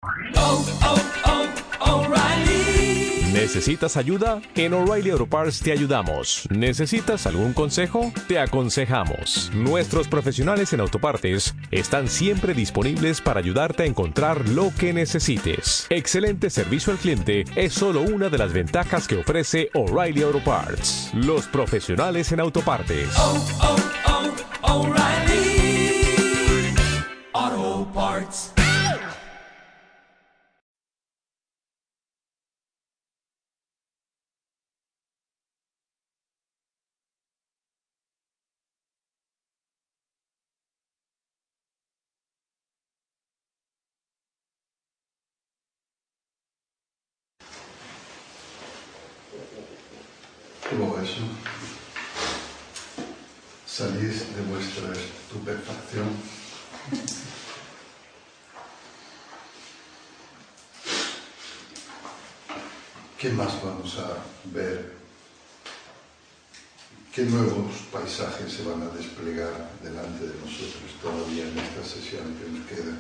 ¿Necesitas ayuda? En O'Reilly Auto Parts te ayudamos. ¿Necesitas algún consejo? Te aconsejamos. Nuestros profesionales en autopartes están siempre disponibles para ayudarte a encontrar lo que necesites. Excelente servicio al cliente es solo una de las ventajas que ofrece O'Reilly Auto Parts. Los profesionales en autopartes. O'Reilly Auto Parts. Luego eso, salís de vuestra estupefacción. ¿Qué más vamos a ver? ¿Qué nuevos paisajes se van a desplegar delante de nosotros todavía en esta sesión que nos queda?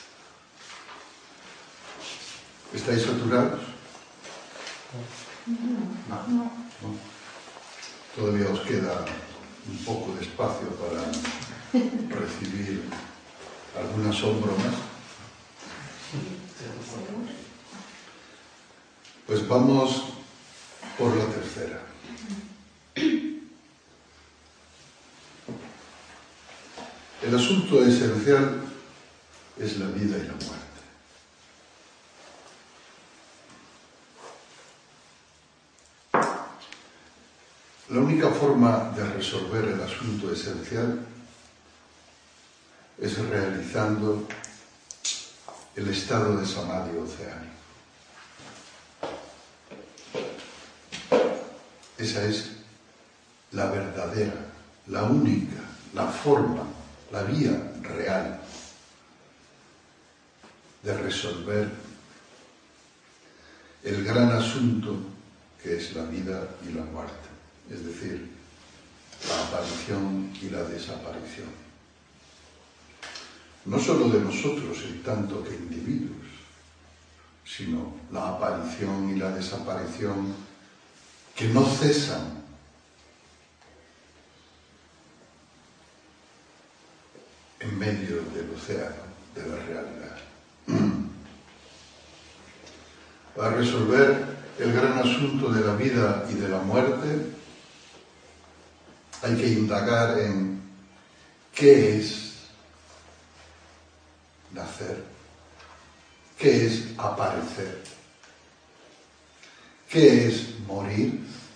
¿Estáis saturados? No. Todavía os queda un poco de espacio para recibir algún asombro más. Pues vamos por la tercera. El asunto esencial es la vida y la muerte. La única forma de resolver el asunto esencial es realizando el estado de samadhi oceánico. Esa es la verdadera, la única, la forma, la vía real de resolver el gran asunto que es la vida y la muerte. Es decir, la aparición y la desaparición. No solo de nosotros en tanto que individuos, sino la aparición y la desaparición que no cesan en medio del océano de la realidad. Para resolver el gran asunto de la vida y de la muerte, hay que indagar en qué es nacer, qué es aparecer, qué es morir,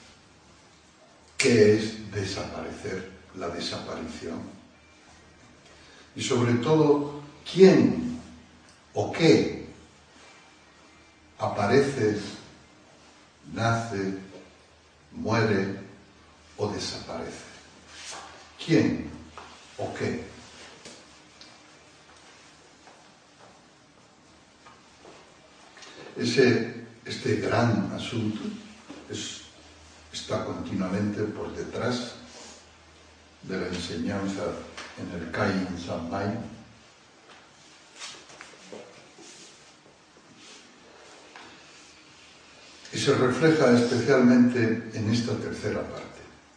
qué es desaparecer, la desaparición. Y sobre todo, quién o qué aparece, nace, muere o desaparece. ¿Quién o qué? Este gran asunto está continuamente por detrás de la enseñanza en el Kai Sanmai. Y se refleja especialmente en esta tercera parte.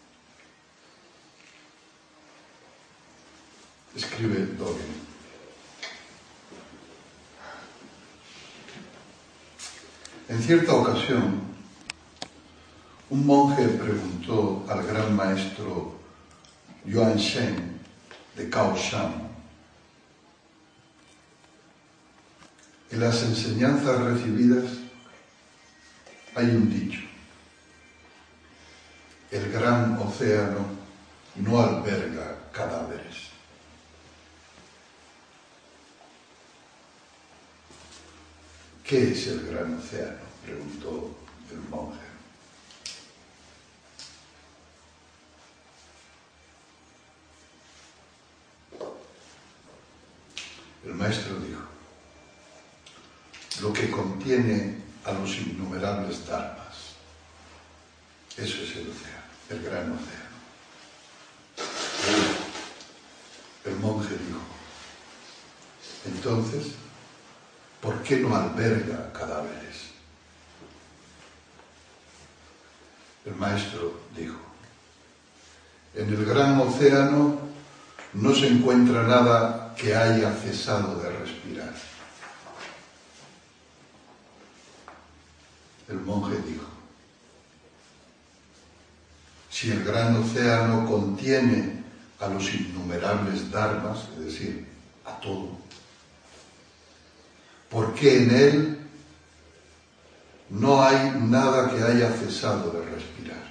Escribe Dogen. En cierta ocasión, un monje preguntó al gran maestro Yuan Shen de Kaohsiung: en las enseñanzas recibidas hay un dicho: el gran océano no alberga cadáveres. ¿Qué es el gran océano?, preguntó el monje. El maestro dijo: lo que contiene a los innumerables dharmas. Eso es el océano, el gran océano. El monje dijo: entonces, ¿por ¿por qué no alberga cadáveres? El maestro dijo, en el gran océano no se encuentra nada que haya cesado de respirar. El monje dijo, si el gran océano contiene a los innumerables dharmas, es decir, a todo, ¿por qué en él no hay nada que haya cesado de respirar?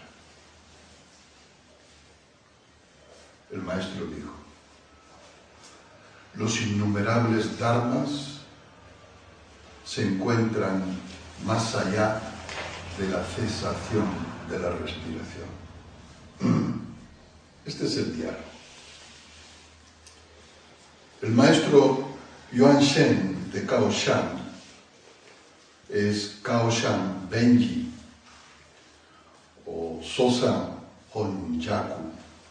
El maestro dijo, los innumerables dharmas se encuentran más allá de la cesación de la respiración. Este es el diálogo. El maestro Yuan Shen de Kaohsiung es Kaohsiung Benji o Sosan Honjaku,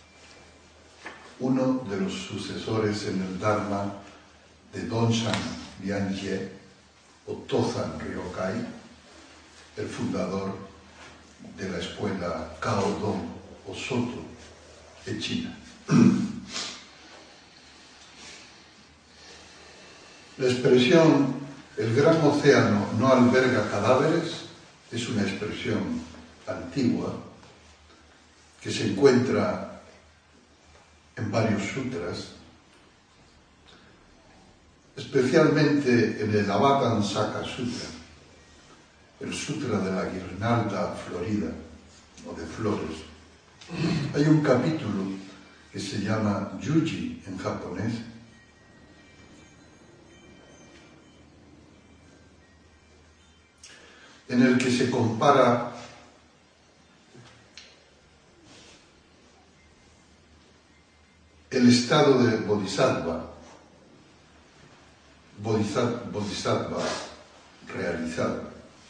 uno de los sucesores en el Dharma de Dongshan Lianjie o Tozan Ryokai, el fundador de la escuela Caodong o Soto de China. La expresión "el gran océano no alberga cadáveres" es una expresión antigua que se encuentra en varios sutras, especialmente en el Avatamsaka Sutra, el sutra de la guirnalda florida o de flores. Hay un capítulo que se llama Yuji en japonés, en el que se compara el estado de bodhisattva realizado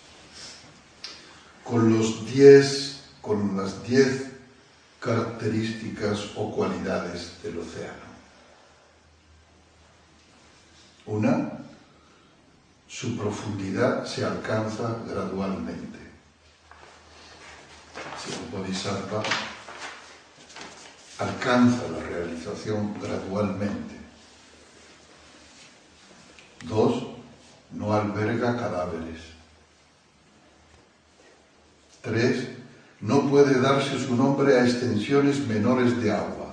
con las 10 características o cualidades del océano. Una, su profundidad se alcanza gradualmente. Si el bodhisattva alcanza la realización gradualmente. 2, no alberga cadáveres. 3, no puede darse su nombre a extensiones menores de agua.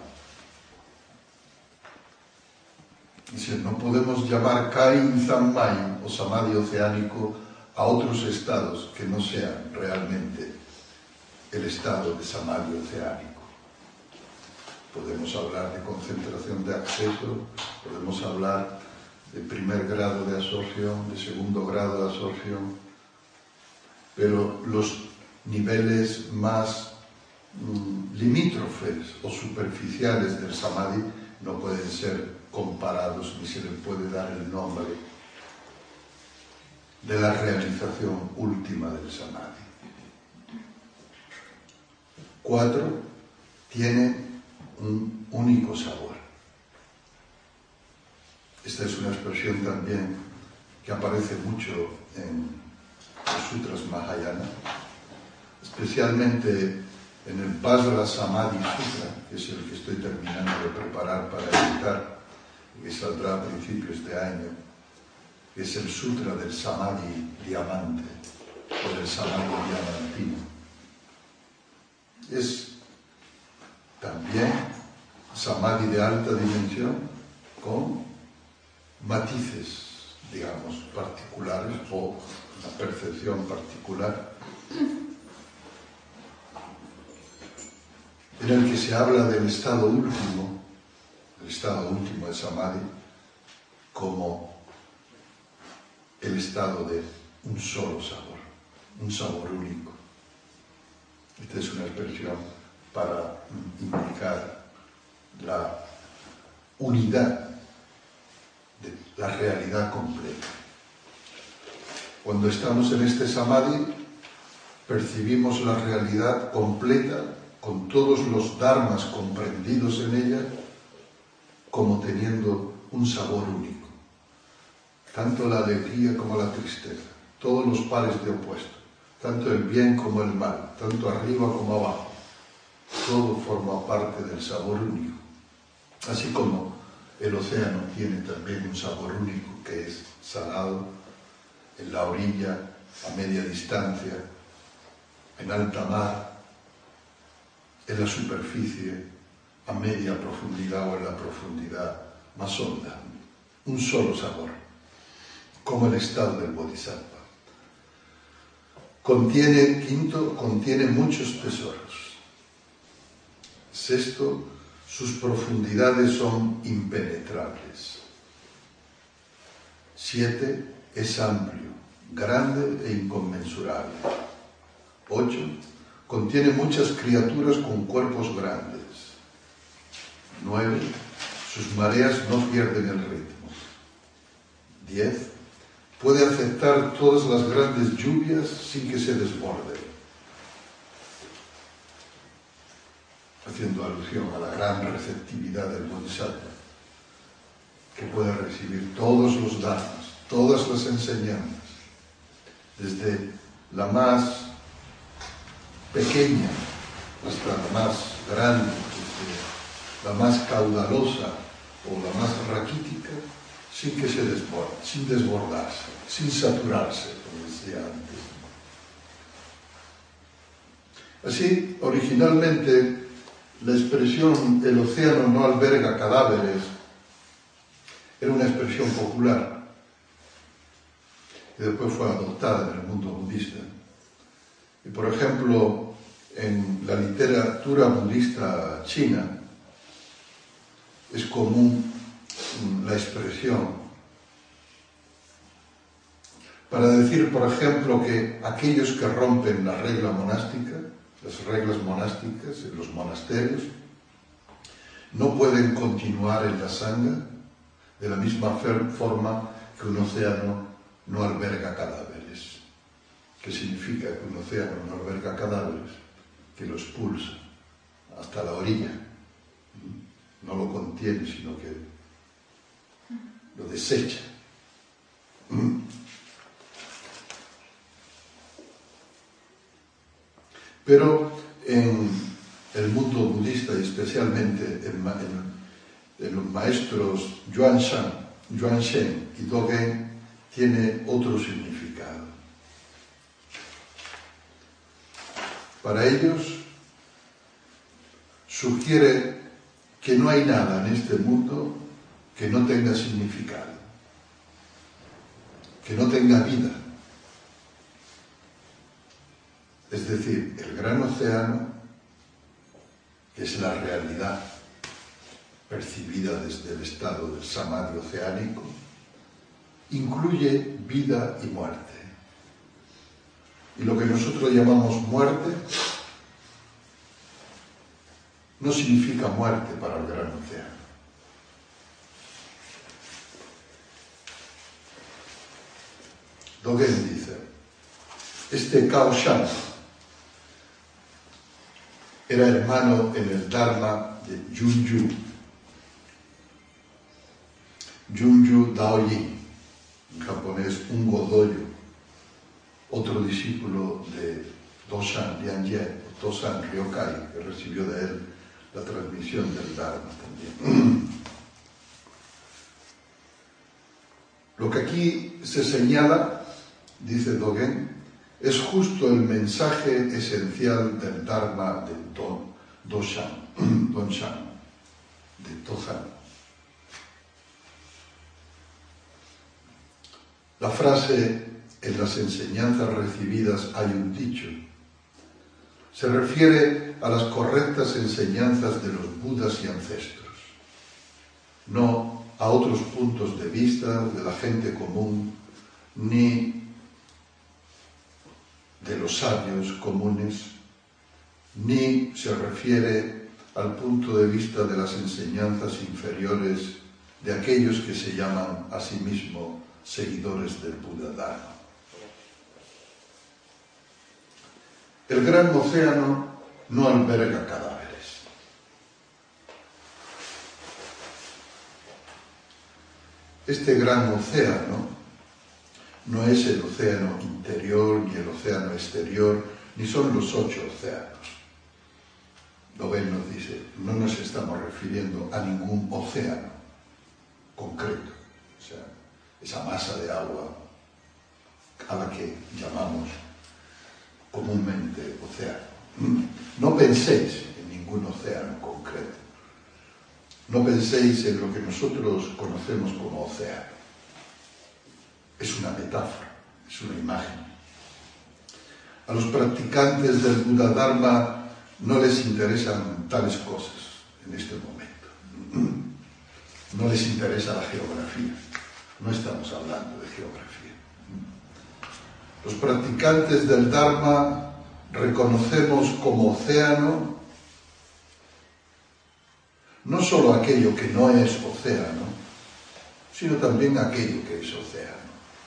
Dice, no podemos llamar Kain Zammai o Samadhi oceánico a otros estados que no sean realmente el estado de Samadhi oceánico. Podemos hablar de concentración de acceso, podemos hablar de primer grado de absorción, de segundo grado de absorción, pero los niveles más limítrofes o superficiales del Samadhi no pueden ser comparados ni se le puede dar el nombre de la realización última del Samadhi. 4, tiene un único sabor. Esta es una expresión también que aparece mucho en los sutras Mahayana, especialmente en el Vajra Samadhi Sutra, que es el que estoy terminando de preparar para editar y que saldrá a principios de año, que es el Sutra del Samadhi Diamante o del Samadhi Diamantino. Es también Samadhi de alta dimensión con matices, digamos, particulares o una percepción particular, en el que se habla del estado último de Samadhi, como el estado de un solo sabor, un sabor único. Esta es una expresión para indicar la unidad de la realidad completa. Cuando estamos en este Samadhi, percibimos la realidad completa con todos los dharmas comprendidos en ella como teniendo un sabor único. tanto la alegría como la tristeza, todos los pares de opuestos, tanto el bien como el mal, tanto arriba como abajo. Todo forma parte del sabor único. Así como el océano tiene también un sabor único que es salado, en la orilla, a media distancia, en alta mar, en la superficie, a media profundidad o en la profundidad más honda. Un solo sabor, como el estado del Bodhisattva. Quinto, contiene muchos tesoros. Sexto, sus profundidades son impenetrables. 7, es amplio, grande e inconmensurable. 8, contiene muchas criaturas con cuerpos grandes. 9, sus mareas no pierden el ritmo. 10, puede aceptar todas las grandes lluvias sin que se desborde. Haciendo alusión a la gran receptividad del Bodhisattva, que puede recibir todos los dharmas, todas las enseñanzas, desde la más pequeña hasta la más grande, desde la más caudalosa o la más raquítica, sin que se desborde, sin desbordarse, sin saturarse, como decía antes. Así, originalmente, la expresión "el océano no alberga cadáveres" era una expresión popular y después fue adoptada en el mundo budista. Y por ejemplo, en la literatura budista china es común la expresión para decir, por ejemplo, que aquellos que rompen la regla monástica, las reglas monásticas en los monasterios, no pueden continuar en la sangha de la misma forma que un océano no alberga cadáveres. ¿Qué significa que un océano no alberga cadáveres? Que lo expulsa hasta la orilla. No lo contiene, sino que lo desecha. Pero en el mundo budista, y especialmente en los maestros Yuanshen y Dogen, tiene otro significado. Para ellos sugiere que no hay nada en este mundo que no tenga significado, que no tenga vida. Es decir, el gran océano, que es la realidad percibida desde el estado del samadhi oceánico, incluye vida y muerte. Y lo que nosotros llamamos muerte no significa muerte para el gran océano. Dogen dice, este Cao Shan era hermano en el Dharma de Junju. Junju Daoyin, en japonés un Godoyo, otro discípulo de Doshan Lianjian, Doshan Ryokai, que recibió de él la transmisión del Dharma también. Lo que aquí se señala, dice Dogen, es justo el mensaje esencial del Dharma de Doshan, de Tohan. La frase "en las enseñanzas recibidas hay un dicho" se refiere a las correctas enseñanzas de los Budas y ancestros, no a otros puntos de vista de la gente común, ni de los sabios comunes, ni se refiere al punto de vista de las enseñanzas inferiores de aquellos que se llaman a sí mismos seguidores del Buda Dharma. El gran océano no alberga cadáveres. Este gran océano no es el océano interior ni el océano exterior, ni son los 8 océanos. Gauguin nos dice, no nos estamos refiriendo a ningún océano concreto, o sea, esa masa de agua a la que llamamos comúnmente océano. No penséis en ningún océano concreto, no penséis en lo que nosotros conocemos como océano. Es una metáfora, es una imagen. A los practicantes del Buda Dharma no les interesan tales cosas en este momento. No les interesa la geografía. No estamos hablando de geografía. Los practicantes del Dharma reconocemos como océano no solo aquello que no es océano, sino también aquello que es océano.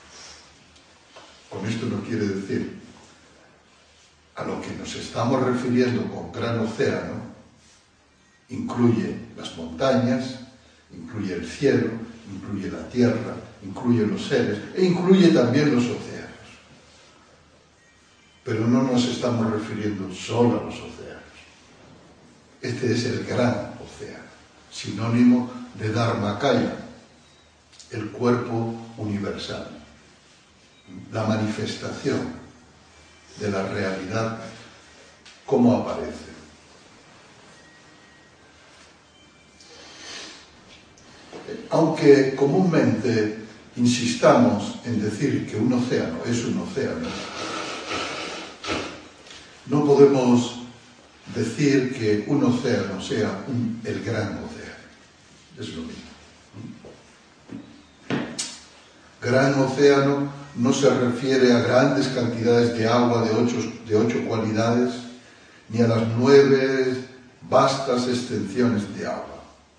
Con esto no quiere decir a lo que nos estamos refiriendo con gran océano, incluye las montañas, incluye el cielo, incluye la tierra, incluye los seres e incluye también los océanos. Pero no nos estamos refiriendo solo a los océanos. Este es el gran océano, sinónimo de Dharmakaya, el cuerpo universal, la manifestación de la realidad como aparece. Aunque comúnmente insistamos en decir que un océano es un océano, no podemos decir que un océano sea el gran océano. Es lo mismo. Gran océano no se refiere a grandes cantidades de agua de 8 cualidades, ni a las 9 vastas extensiones de agua.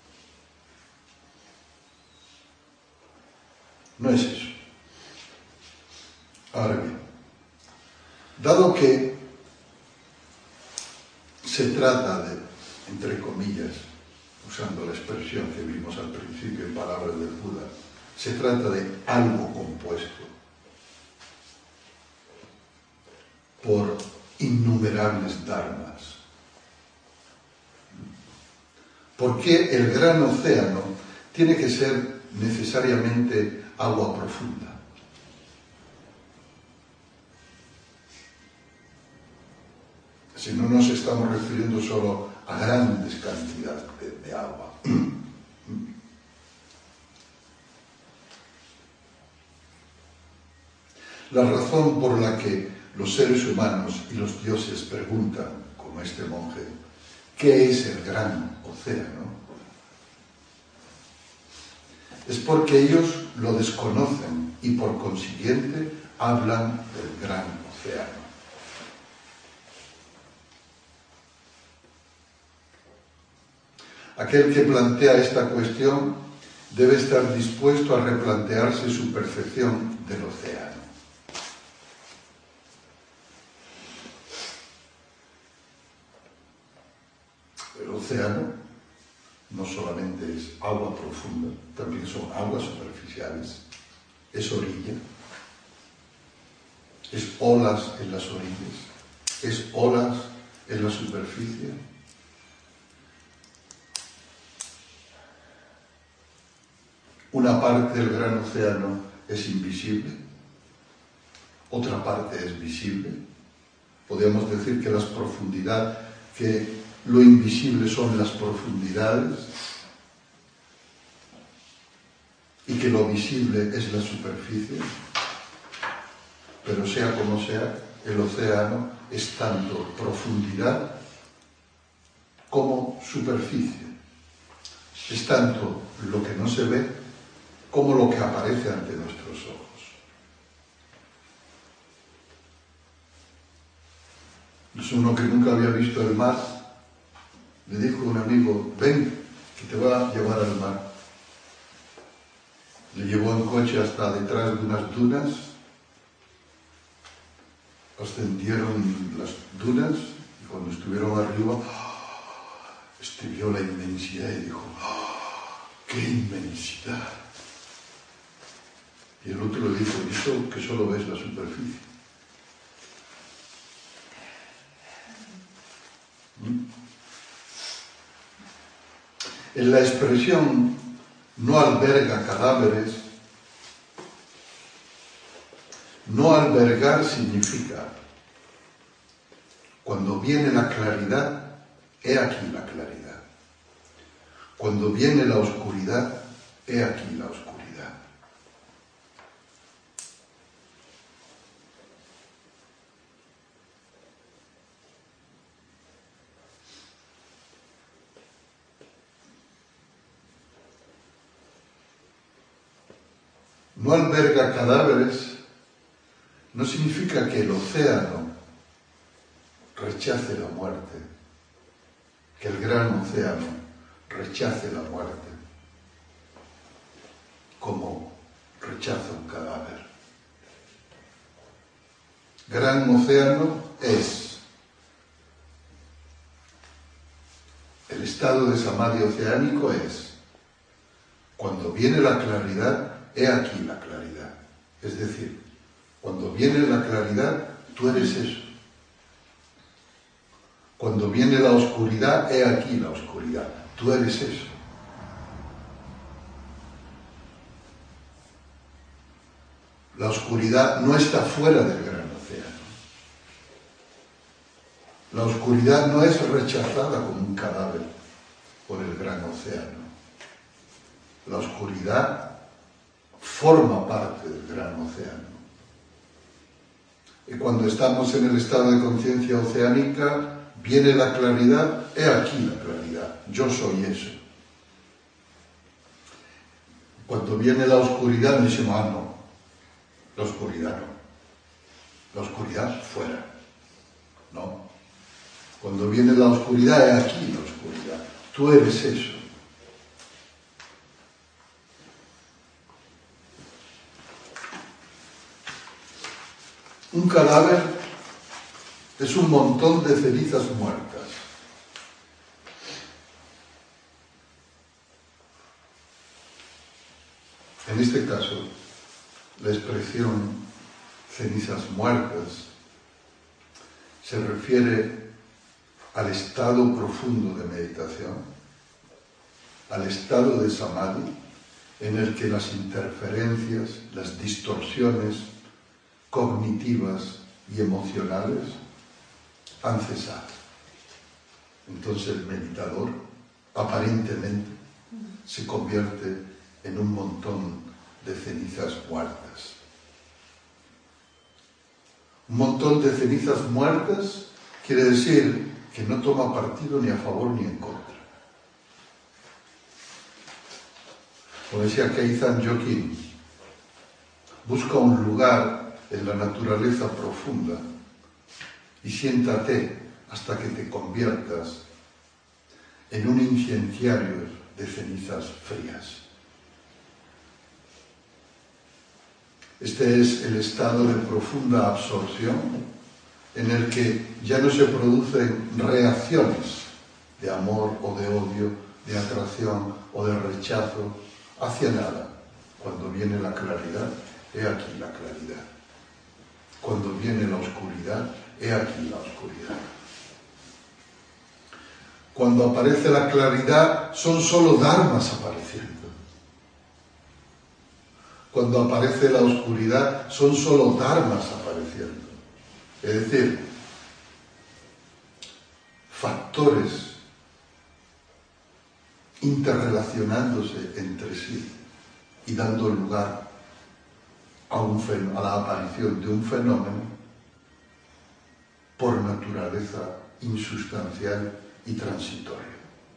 No es eso. Ahora bien, dado que se trata de, entre comillas, usando la expresión que vimos al principio en palabras del Buda, se trata de algo compuesto por innumerables dharmas. ¿Por qué el gran océano tiene que ser necesariamente agua profunda? Si no nos estamos refiriendo solo a grandes cantidades de agua. La razón por la que los seres humanos y los dioses preguntan, como este monje, ¿qué es el gran océano? Es porque ellos lo desconocen y por consiguiente hablan del gran océano. Aquel que plantea esta cuestión debe estar dispuesto a replantearse su percepción del océano. El océano no solamente es agua profunda, también son aguas superficiales, es orilla, es olas en las orillas, es olas en la superficie. Una parte del gran océano es invisible, otra parte es visible. Podríamos decir que que lo invisible son las profundidades y que lo visible es la superficie. Pero sea como sea, el océano es tanto profundidad como superficie. Es tanto lo que no se ve como lo que aparece ante nuestros ojos. Es uno que nunca había visto el mar. Le dijo un amigo, ven, que te voy a llevar al mar. Le llevó en coche hasta detrás de unas dunas. Ascendieron las dunas y cuando estuvieron arriba, vio la inmensidad y dijo, ¡qué inmensidad! Y el otro le dijo, ¿y eso que solo ves la superficie? En la expresión no alberga cadáveres, no albergar significa, cuando viene la claridad, he aquí la claridad. Cuando viene la oscuridad, he aquí la oscuridad. No alberga cadáveres no significa que el océano rechace la muerte, que el gran océano rechace la muerte, como rechaza un cadáver. Gran océano es el estado de samadhi oceánico, es cuando viene la claridad, he aquí la claridad. Es decir, cuando viene la claridad, tú eres eso. Cuando viene la oscuridad, he aquí la oscuridad. Tú eres eso. La oscuridad no está fuera del gran océano. La oscuridad no es rechazada como un cadáver por el gran océano. La oscuridad forma parte del gran océano. Y cuando estamos en el estado de conciencia oceánica, viene la claridad, he aquí la claridad, yo soy eso. Cuando viene la oscuridad, decimos, no, la oscuridad no, la oscuridad fuera, no. Cuando viene la oscuridad, he aquí la oscuridad, tú eres eso. Un cadáver es un montón de cenizas muertas. En este caso, la expresión cenizas muertas se refiere al estado profundo de meditación, al estado de samadhi, en el que las interferencias, las distorsiones cognitivas y emocionales han cesado. Entonces el meditador aparentemente se convierte en un montón de cenizas muertas. Un montón de cenizas muertas quiere decir que no toma partido ni a favor ni en contra. Como decía Keizan Jokin, busca un lugar en la naturaleza profunda y siéntate hasta que te conviertas en un incenciario de cenizas frías. Este es el estado de profunda absorción en el que ya no se producen reacciones de amor o de odio, de atracción o de rechazo hacia nada. Cuando viene la claridad, he aquí la claridad. Cuando viene la oscuridad, he aquí la oscuridad. Cuando aparece la claridad, son solo dharmas apareciendo. Cuando aparece la oscuridad, son solo dharmas apareciendo. Es decir, factores interrelacionándose entre sí y dando lugar a la aparición de un fenómeno por naturaleza insustancial y transitorio.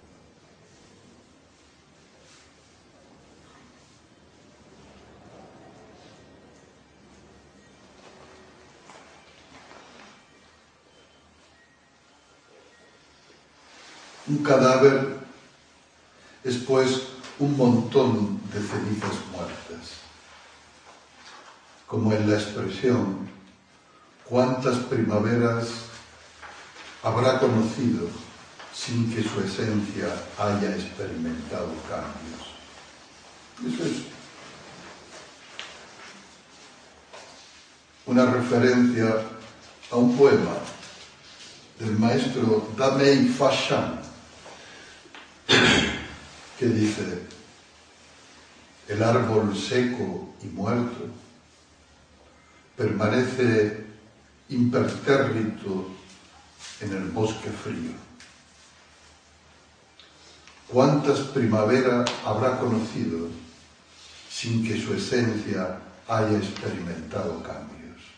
Un cadáver es pues un montón de cenizas muertas. Como en la expresión, ¿cuántas primaveras habrá conocido sin que su esencia haya experimentado cambios? Eso es. una referencia a un poema del maestro Damei Fashan, que dice: el árbol seco y muerto permanece impertérrito en el bosque frío. ¿Cuántas primaveras habrá conocido sin que su esencia haya experimentado cambios?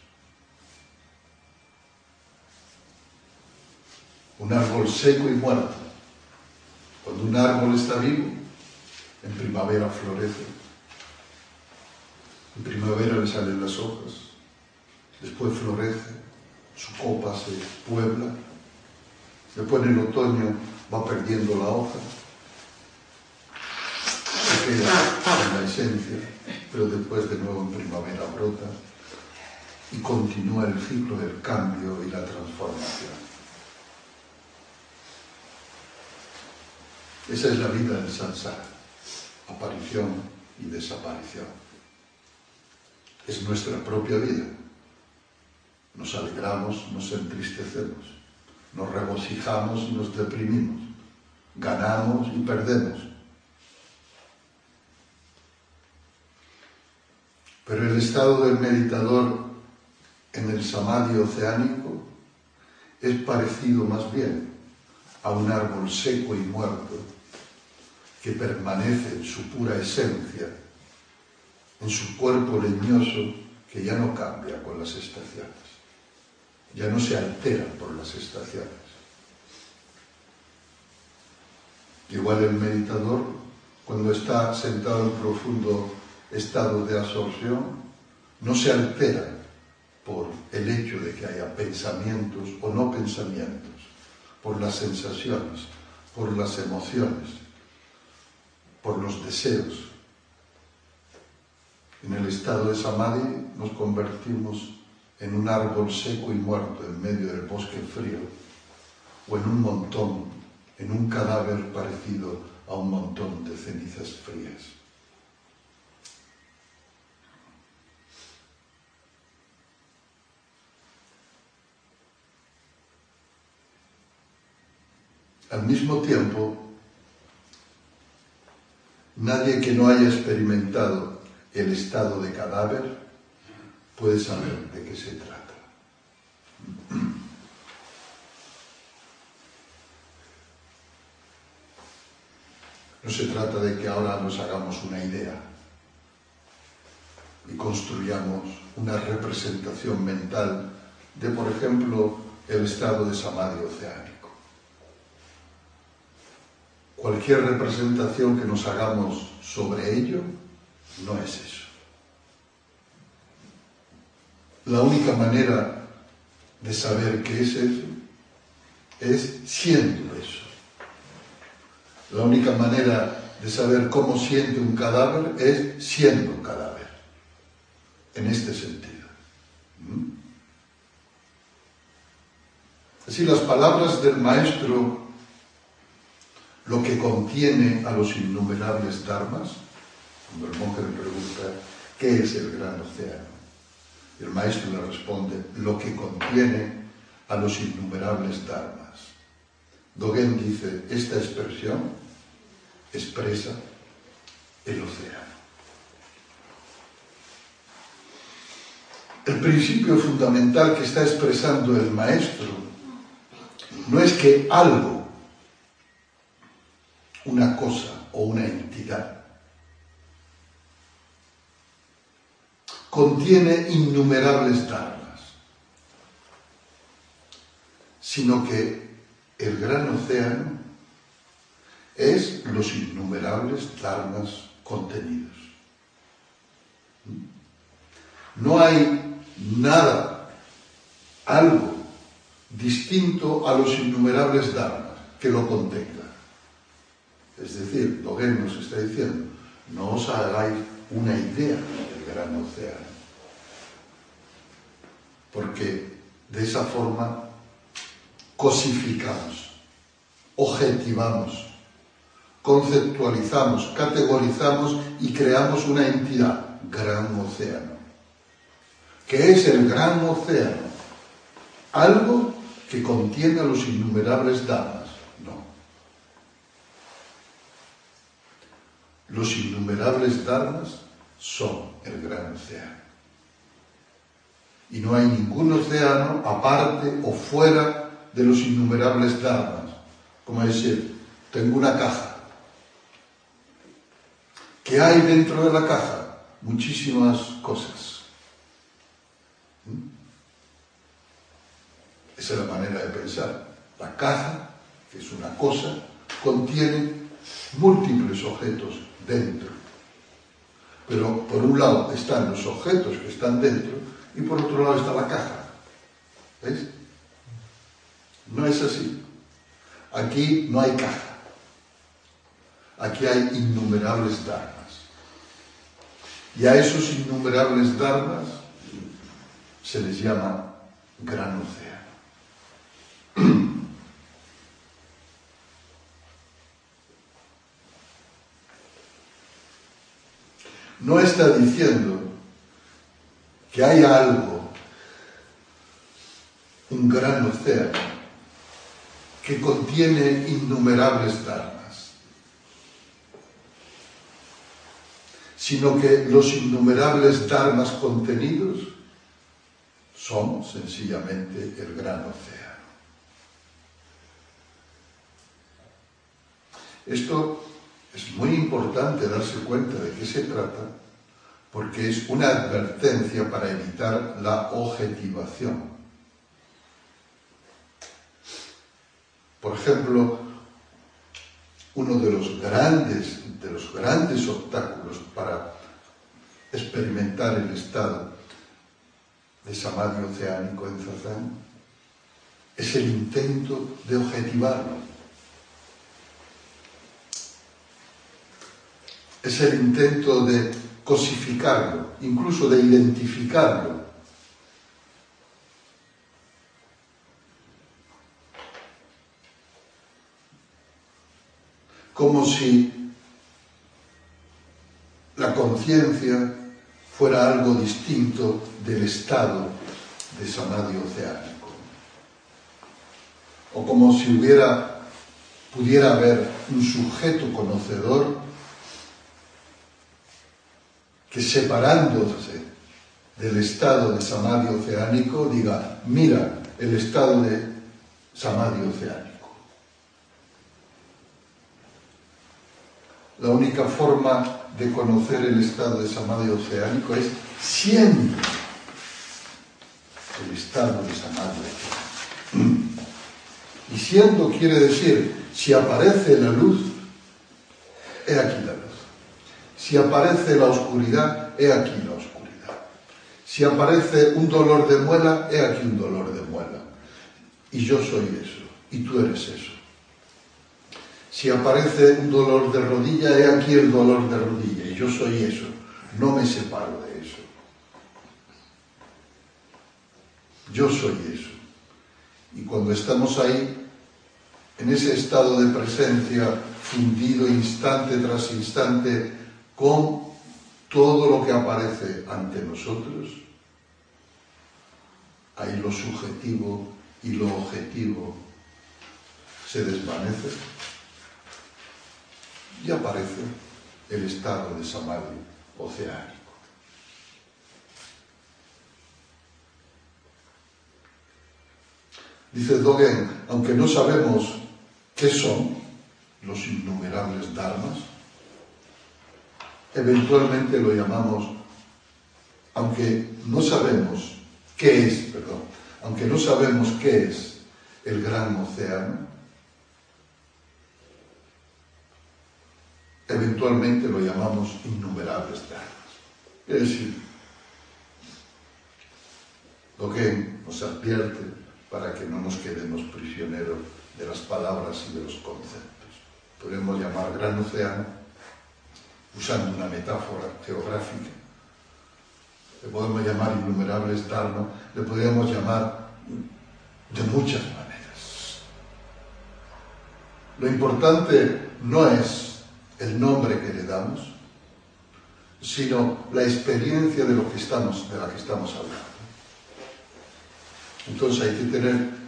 Un árbol seco y muerto. Cuando un árbol está vivo, en primavera florece. En primavera le salen las hojas, después florece, su copa se puebla, después en el otoño va perdiendo la hoja, se queda en la esencia, pero después de nuevo en primavera brota y continúa el ciclo del cambio y la transformación. Esa es la vida del samsara, aparición y desaparición. Es nuestra propia vida. Nos alegramos, nos entristecemos, nos regocijamos y nos deprimimos, ganamos y perdemos. Pero el estado del meditador en el samadhi oceánico es parecido más bien a un árbol seco y muerto que permanece en su pura esencia, en su cuerpo leñoso que ya no cambia con las estaciones, ya no se altera por las estaciones. Igual el meditador, cuando está sentado en profundo estado de absorción, no se altera por el hecho de que haya pensamientos o no pensamientos, por las sensaciones, por las emociones, por los deseos. En el estado de samadhi nos convertimos en un árbol seco y muerto en medio del bosque frío, o en un montón, en un cadáver parecido a un montón de cenizas frías. Al mismo tiempo, nadie que no haya experimentado el estado de cadáver puede saber de qué se trata. No se trata de que ahora nos hagamos una idea y construyamos una representación mental de, por ejemplo, el estado de samadhi oceánico. Cualquier representación que nos hagamos sobre ello no es eso. La única manera de saber qué es eso es siendo eso. La única manera de saber cómo siente un cadáver es siendo un cadáver, en este sentido. Así, las palabras del maestro, lo que contiene a los innumerables dharmas, cuando el monje le pregunta ¿qué es el gran océano? El maestro le responde: lo que contiene a los innumerables dharmas. Dogen dice: esta expresión expresa el océano. El principio fundamental que está expresando el maestro no es que algo, una cosa o una entidad, contiene innumerables dharmas, sino que el gran océano es los innumerables dharmas contenidos. No hay nada, algo distinto a los innumerables dharmas que lo contenga. Es decir, Dogen nos está diciendo: no os hagáis una idea del gran océano, porque de esa forma cosificamos, objetivamos, conceptualizamos, categorizamos y creamos una entidad, gran océano. que es el gran océano, algo que contiene a los innumerables dharmas. No. Los innumerables dharmas son el gran océano. Y no hay ningún océano aparte o fuera de los innumerables dharmas. Como decir, tengo una caja. ¿Qué hay dentro de la caja? Muchísimas cosas. Esa es la manera de pensar. La caja, que es una cosa, contiene múltiples objetos dentro. Pero por un lado están los objetos que están dentro y por otro lado está la caja. ¿Veis? No es así. Aquí no hay caja. Aquí hay innumerables dharmas. Y a esos innumerables dharmas se les llama gran océano. No está diciendo que hay algo, un gran océano, que contiene innumerables dharmas, sino que los innumerables dharmas contenidos son sencillamente el gran océano. Esto es muy importante darse cuenta de qué se trata, porque es una advertencia para evitar la objetivación. Por ejemplo, uno de los grandes obstáculos para experimentar el estado de samadhi oceánico en Zazen es el intento de objetivarlo. Es el intento de cosificarlo, incluso de identificarlo. Como si la conciencia fuera algo distinto del estado de samadhi oceánico. O como si pudiera haber un sujeto conocedor que, separándose del estado de samadhi oceánico, diga, mira el estado de samadhi oceánico. La única forma de conocer el estado de samadhi oceánico es siendo el estado de samadhi oceánico. Y siendo quiere decir, si aparece la luz, he aquí la luz. Si aparece la oscuridad, he aquí la oscuridad. Si aparece un dolor de muela, he aquí un dolor de muela. Y yo soy eso, y tú eres eso. Si aparece un dolor de rodilla, he aquí el dolor de rodilla, y yo soy eso. No me separo de eso. Yo soy eso. Y cuando estamos ahí, en ese estado de presencia, fundido instante tras instante, con todo lo que aparece ante nosotros, ahí lo subjetivo y lo objetivo se desvanece y aparece el estado de samadhi oceánico. Dice Dogen, aunque no sabemos qué son los innumerables dharmas, eventualmente lo llamamos, aunque no sabemos qué es el gran océano, eventualmente lo llamamos innumerables dharmas. Es decir, lo que nos advierte para que no nos quedemos prisioneros de las palabras y de los conceptos. Podemos llamar gran océano usando una metáfora geográfica. Le podemos llamar innumerables dharmas, le podríamos llamar de muchas maneras. Lo importante no es el nombre que le damos, sino la experiencia de la que estamos hablando. Entonces hay que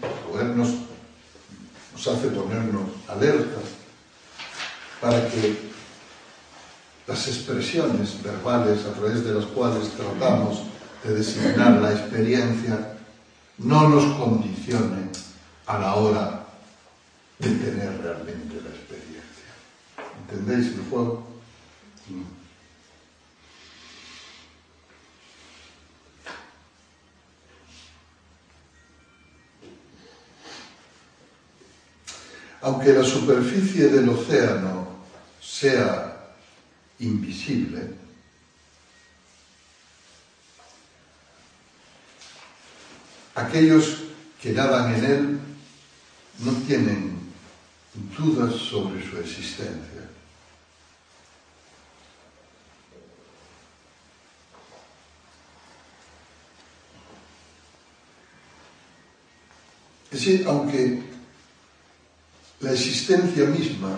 nos hace ponernos alerta para que las expresiones verbales a través de las cuales tratamos de designar la experiencia no nos condicionen a la hora de tener realmente la experiencia. ¿Entendéis el juego? Aunque la superficie del océano sea invisible, aquellos que nadan en él no tienen dudas sobre su existencia. Es decir, aunque la existencia misma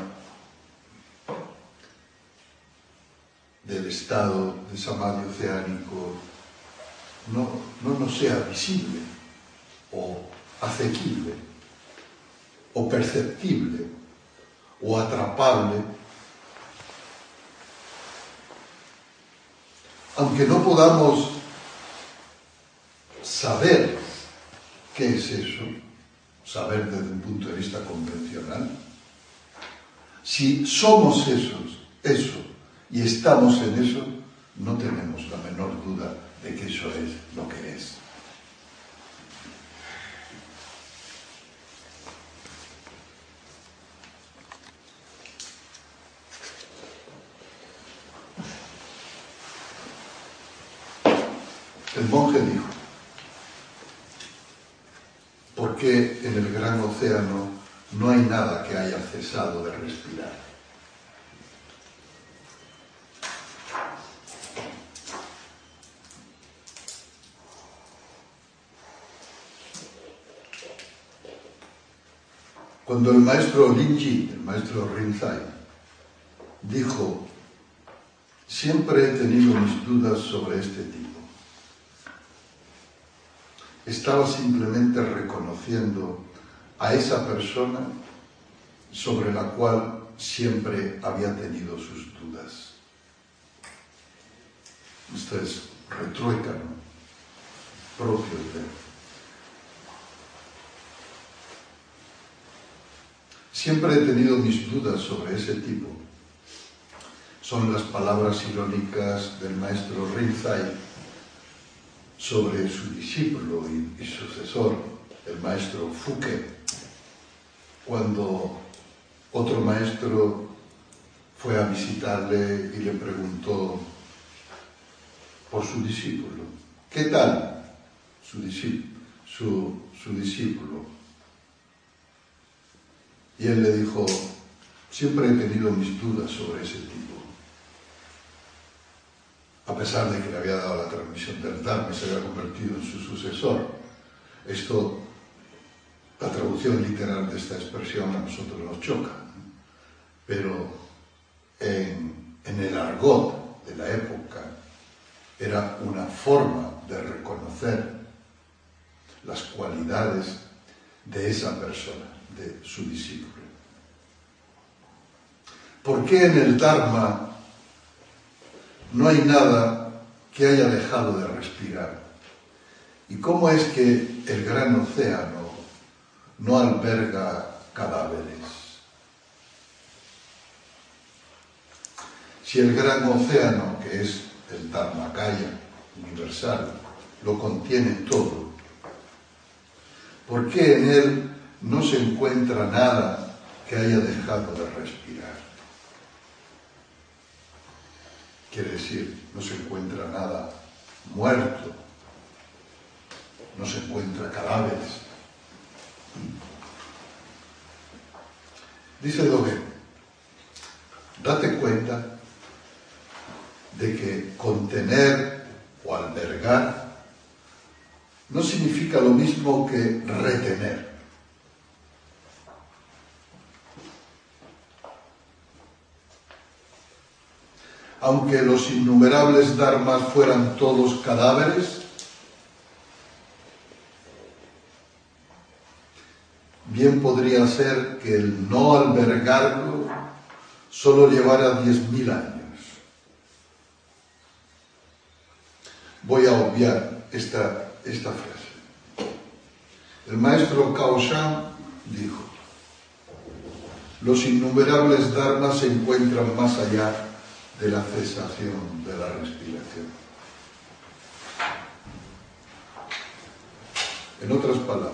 del estado de samadhi oceánico no nos sea visible o asequible o perceptible o atrapable, aunque no podamos saber qué es eso, saber desde un punto de vista convencional, si somos eso, y estamos en eso, no tenemos la menor duda de que eso es lo que es. El monje dijo: ¿por qué en el gran océano no hay nada que haya cesado de respirar? Cuando el maestro Linji, el maestro Rinzai, dijo: siempre he tenido mis dudas sobre este tipo, estaba simplemente reconociendo a esa persona sobre la cual siempre había tenido sus dudas. Esto es retruécano, propio de él. Siempre he tenido mis dudas sobre ese tipo. Son las palabras irónicas del maestro Rinzai sobre su discípulo y sucesor, el maestro Fuke, cuando otro maestro fue a visitarle y le preguntó por su discípulo. ¿Qué tal su discípulo? Y él le dijo: siempre he tenido mis dudas sobre ese tipo. A pesar de que le había dado la transmisión del Dharma y se había convertido en su sucesor. Esto, la traducción literal de esta expresión a nosotros nos choca, pero en el argot de la época era una forma de reconocer las cualidades de esa persona, de su discípulo. ¿Por qué en el Dharma no hay nada que haya dejado de respirar? ¿Y cómo es que el gran océano no alberga cadáveres? Si el gran océano, que es el Dharmakaya universal, lo contiene todo, ¿por qué en él no se encuentra nada que haya dejado de respirar? Quiere decir, no se encuentra nada muerto, no se encuentra cadáveres. Dice Dogen: date cuenta de que contener o albergar no significa lo mismo que retener. Aunque los innumerables dharmas fueran todos cadáveres, bien podría ser que el no albergarlo solo llevara 10.000 años. Voy a obviar esta frase. El maestro Cao Shan dijo: los innumerables dharmas se encuentran más allá de la cesación de la respiración. En otras palabras,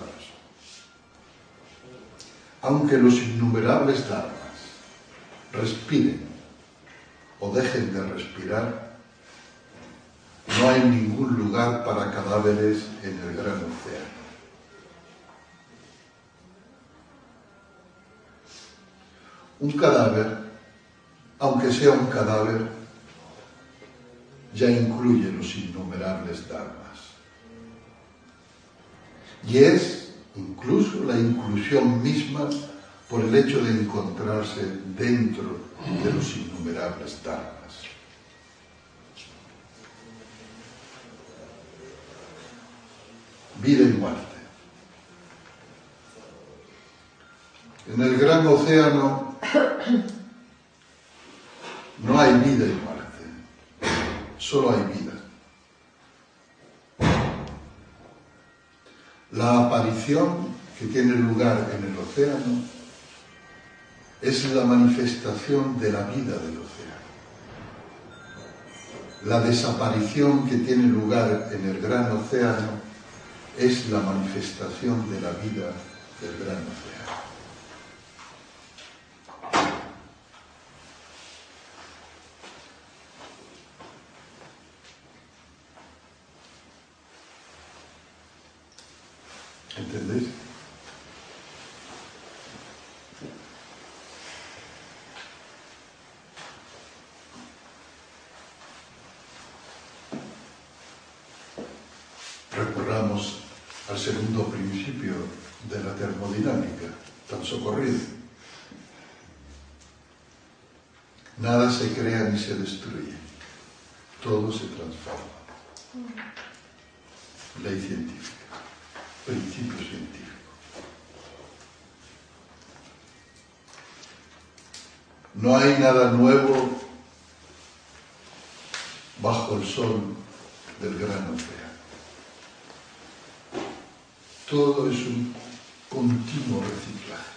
aunque los innumerables dharmas respiren o dejen de respirar, no hay ningún lugar para cadáveres en el gran océano. Un cadáver, aunque sea un cadáver, ya incluye los innumerables dharmas. Y es incluso la inclusión misma por el hecho de encontrarse dentro de los innumerables dharmas. Vida y muerte. En el gran océano no hay vida y muerte, solo hay vida. La aparición que tiene lugar en el océano es la manifestación de la vida del océano. La desaparición que tiene lugar en el gran océano es la manifestación de la vida del gran océano. ¿Entendéis? Recurramos al segundo principio de la termodinámica, tan socorrido. Nada se crea ni se destruye, todo se transforma. Ley científica, principio científico. No hay nada nuevo bajo el sol del gran océano. Todo es un continuo reciclaje.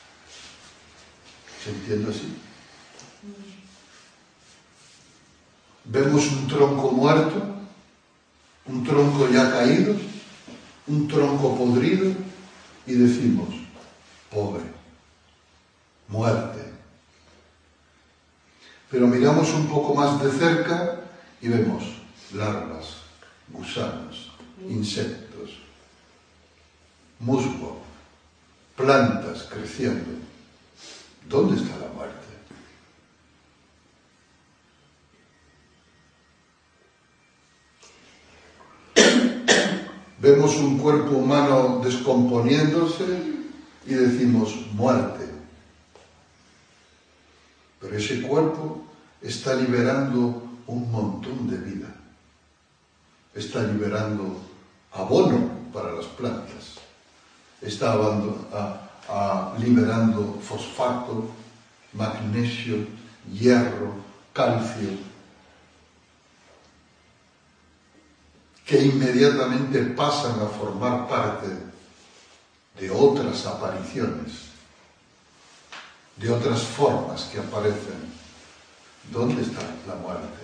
¿Se entiende así? Vemos un tronco muerto, un tronco ya caído, un tronco podrido y decimos: pobre, muerte. Pero miramos un poco más de cerca y vemos larvas, gusanos, insectos, musgo, plantas creciendo. ¿Dónde está la muerte? Vemos un cuerpo humano descomponiéndose y decimos: muerte. Pero ese cuerpo está liberando un montón de vida. Está liberando abono para las plantas. Está liberando fosfato, magnesio, hierro, calcio, que inmediatamente pasan a formar parte de otras apariciones, de otras formas que aparecen. ¿Dónde está la muerte?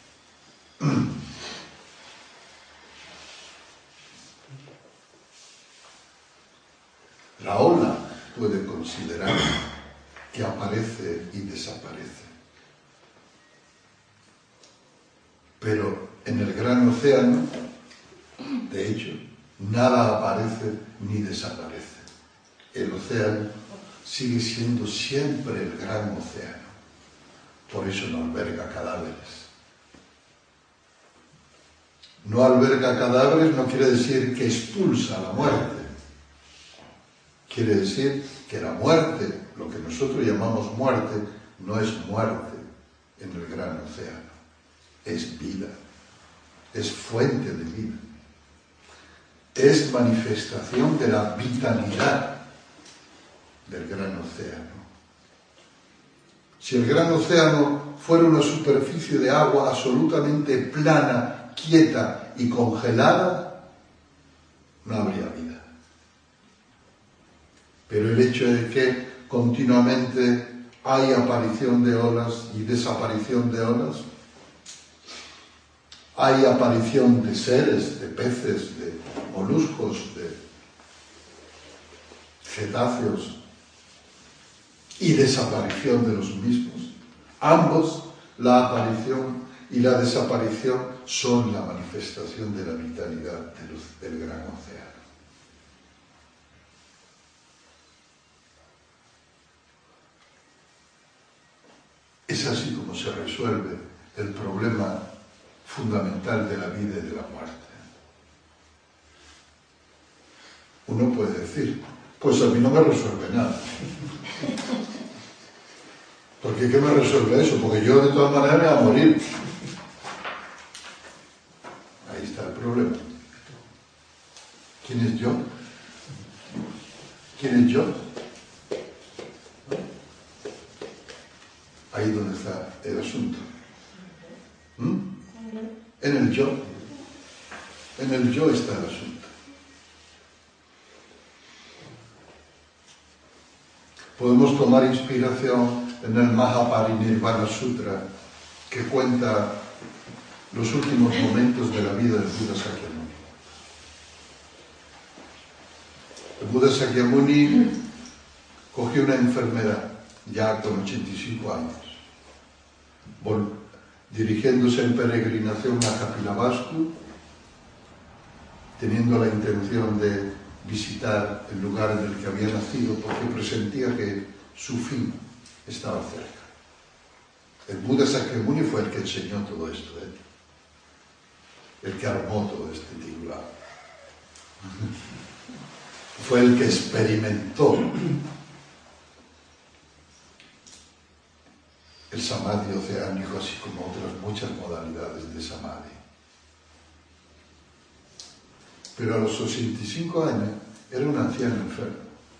La ola puede considerar que aparece y desaparece. Pero en el gran océano, de hecho, nada aparece ni desaparece. El océano sigue siendo siempre el gran océano. Por eso no alberga cadáveres. No alberga cadáveres no quiere decir que expulsa la muerte. Quiere decir que la muerte, lo que nosotros llamamos muerte, no es muerte en el gran océano. Es vida. Es fuente de vida. Es manifestación de la vitalidad del gran océano. Si el gran océano fuera una superficie de agua absolutamente plana, quieta y congelada, no habría vida. Pero el hecho de que continuamente hay aparición de olas y desaparición de olas, hay aparición de seres, de peces, de moluscos, de cetáceos y desaparición de los mismos. Ambos, la aparición y la desaparición, son la manifestación de la vitalidad del gran océano. Es así como se resuelve el problema fundamental de la vida y de la muerte. Uno puede decir, pues a mí no me resuelve nada. ¿Porque qué me resuelve eso? Porque yo de todas maneras me voy a morir. Ahí está el problema. ¿Quién es yo? ¿Quién es yo? Ahí es donde está el asunto. En el yo. En el yo está el asunto. Podemos tomar inspiración en el Mahaparinirvana Sutra, que cuenta los últimos momentos de la vida del Buda Sakyamuni. El Buda Sakyamuni cogió una enfermedad ya con 85 años, dirigiéndose en peregrinación a Kapilavastu, teniendo la intención de visitar el lugar en el que había nacido, porque presentía que su fin estaba cerca. El Buda Sakyamuni fue el que enseñó todo esto, el que armó todo este tinglado. Fue el que experimentó el samadhi oceánico, así como otras muchas modalidades de samadhi. Pero a los 85 años era un anciano enfermo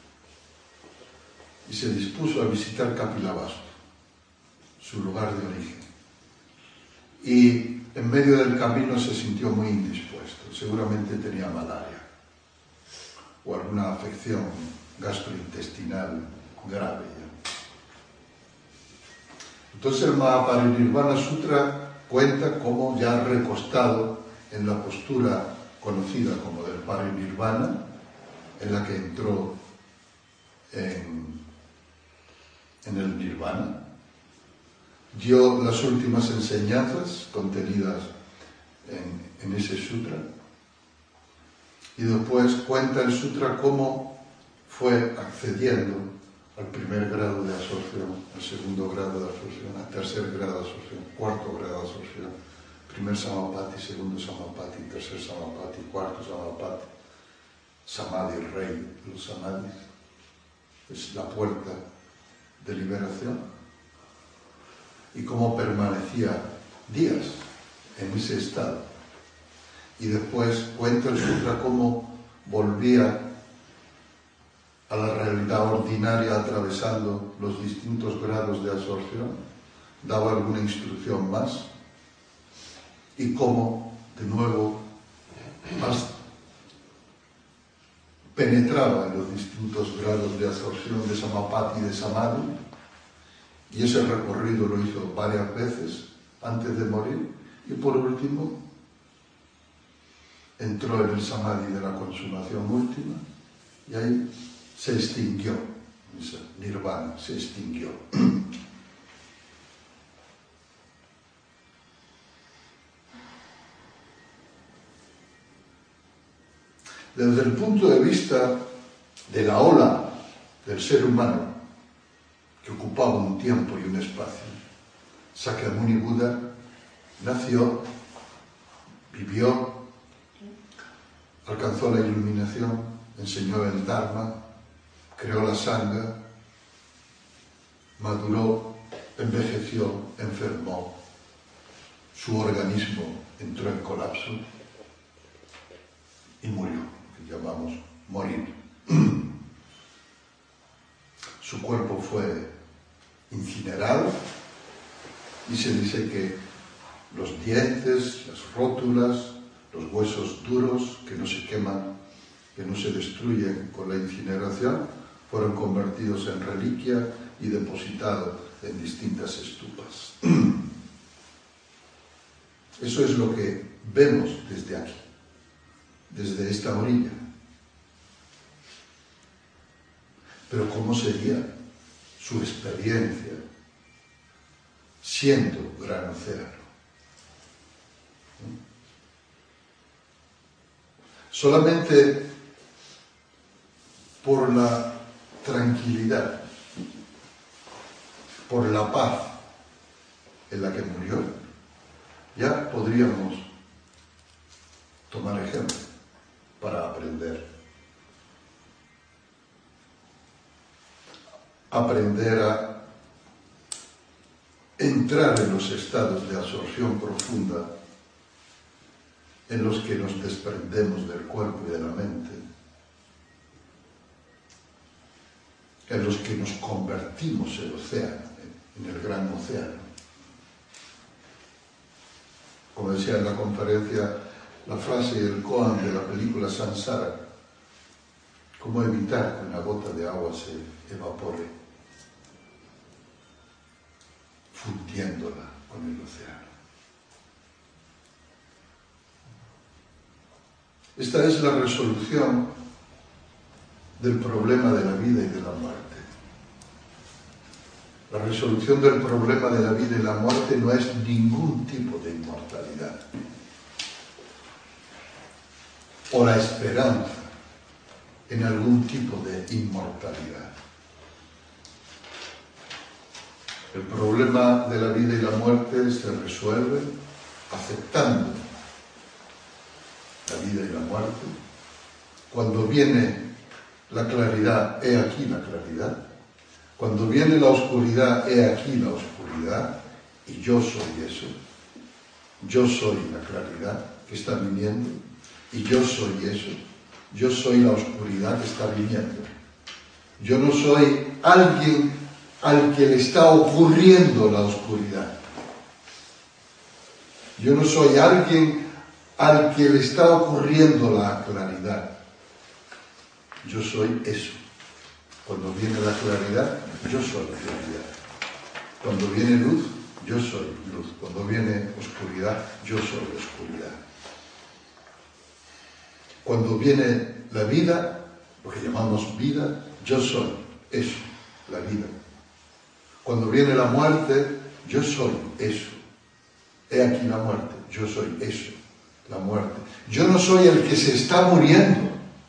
y se dispuso a visitar Kapilavastu, su lugar de origen. Y en medio del camino se sintió muy indispuesto, seguramente tenía malaria o alguna afección gastrointestinal grave. Entonces el Mahaparinirvana Sutra cuenta cómo, ya recostado en la postura conocida como del Parinirvana, en la que entró en el Nirvana, dio las últimas enseñanzas contenidas en ese sutra, y después cuenta el sutra cómo fue accediendo al primer grado de absorción, al segundo grado de absorción, al tercer grado de absorción, cuarto grado de absorción, primer samapati, segundo samapati, tercer samapati, cuarto samapati, samadhi, rey, los samadhis, es la puerta de liberación, y cómo permanecía días en ese estado. Y después cuenta el sutra cómo volvía a la realidad ordinaria atravesando los distintos grados de absorción, daba alguna instrucción más, y cómo, de nuevo, penetraba en los distintos grados de absorción de Samapati y de Samadhi, y ese recorrido lo hizo varias veces antes de morir, y por último entró en el Samadhi de la consumación última, y ahí se extinguió, ese Nirvana se extinguió. Desde el punto de vista de la ola del ser humano, que ocupaba un tiempo y un espacio, Sakyamuni Buda nació, vivió, alcanzó la iluminación, enseñó el Dharma, creó la Sangha, maduró, envejeció, enfermó, su organismo entró en colapso y murió, que llamamos morir. cuerpo fue incinerado y se dice que los dientes, las rótulas, los huesos duros que no se queman, que no se destruyen con la incineración, fueron convertidos en reliquia y depositados en distintas estupas. Eso es lo que vemos desde aquí, desde esta orilla. Pero ¿cómo sería su experiencia siendo gran océano? Solamente por la tranquilidad, por la paz en la que murió, ya podríamos tomar ejemplo para aprender. Aprender a entrar en los estados de absorción profunda en los que nos desprendemos del cuerpo y de la mente, en los que nos convertimos en océano, en el gran océano. Como decía en la conferencia, la frase del Koan de la película Samsara, ¿cómo evitar que una gota de agua se evapore, fundiéndola con el océano? Esta es la resolución del problema de la vida y de la muerte. La resolución del problema de la vida y la muerte no es ningún tipo de inmortalidad o la esperanza en algún tipo de inmortalidad. El problema de la vida y la muerte se resuelve aceptando la vida y la muerte. Cuando viene la claridad, he aquí la claridad. Cuando viene la oscuridad, he aquí la oscuridad. Y yo soy eso. Yo soy la claridad que está viniendo. Y yo soy eso. Yo soy la oscuridad que está viniendo. Yo no soy alguien al que le está ocurriendo la oscuridad. Yo no soy alguien al que le está ocurriendo la claridad. Yo soy eso. Cuando viene la claridad, yo soy la claridad. Cuando viene luz, yo soy luz. Cuando viene oscuridad, yo soy oscuridad. Cuando viene la vida, lo que llamamos vida, yo soy eso, la vida. Cuando viene la muerte, yo soy eso. He aquí la muerte, yo soy eso, la muerte. Yo no soy el que se está muriendo.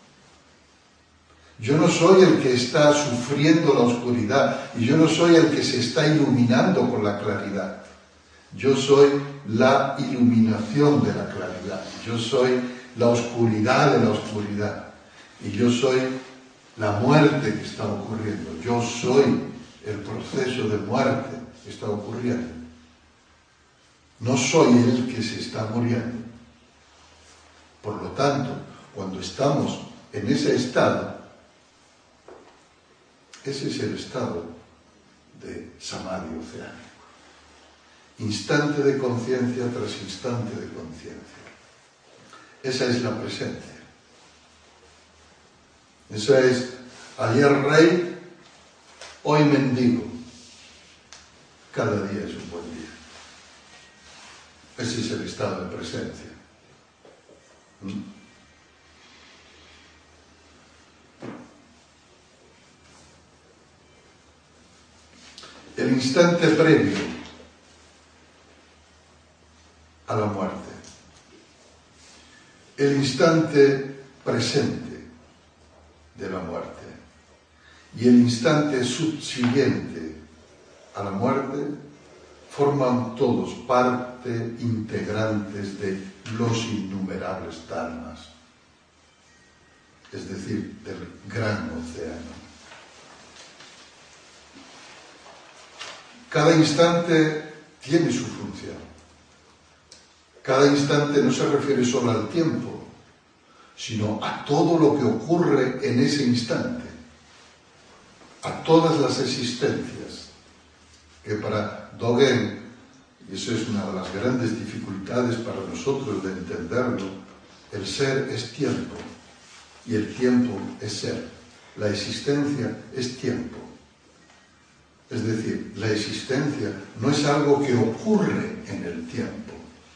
Yo no soy el que está sufriendo la oscuridad y yo no soy el que se está iluminando con la claridad. Yo soy la iluminación de la claridad. Yo soy la oscuridad de la oscuridad. Y yo soy la muerte que está ocurriendo. Yo soy el proceso de muerte que está ocurriendo. No soy el que se está muriendo. Por lo tanto, cuando estamos en ese estado, ese es el estado de Samadhi oceánico. Instante de conciencia tras instante de conciencia. Esa es la presencia. Esa es ayer rey, hoy mendigo. Cada día es un buen día. Ese es el estado de presencia. El instante previo a la muerte, el instante presente de la muerte y el instante subsiguiente a la muerte forman todos parte integrantes de los innumerables dharmas, es decir, del gran océano. Cada instante tiene su función. Cada instante no se refiere solo al tiempo, sino a todo lo que ocurre en ese instante. a todas las existencias, que para Dogen, y eso es una de las grandes dificultades para nosotros de entenderlo, el ser es tiempo y el tiempo es ser. La existencia es tiempo. Es decir, la existencia no es algo que ocurre en el tiempo.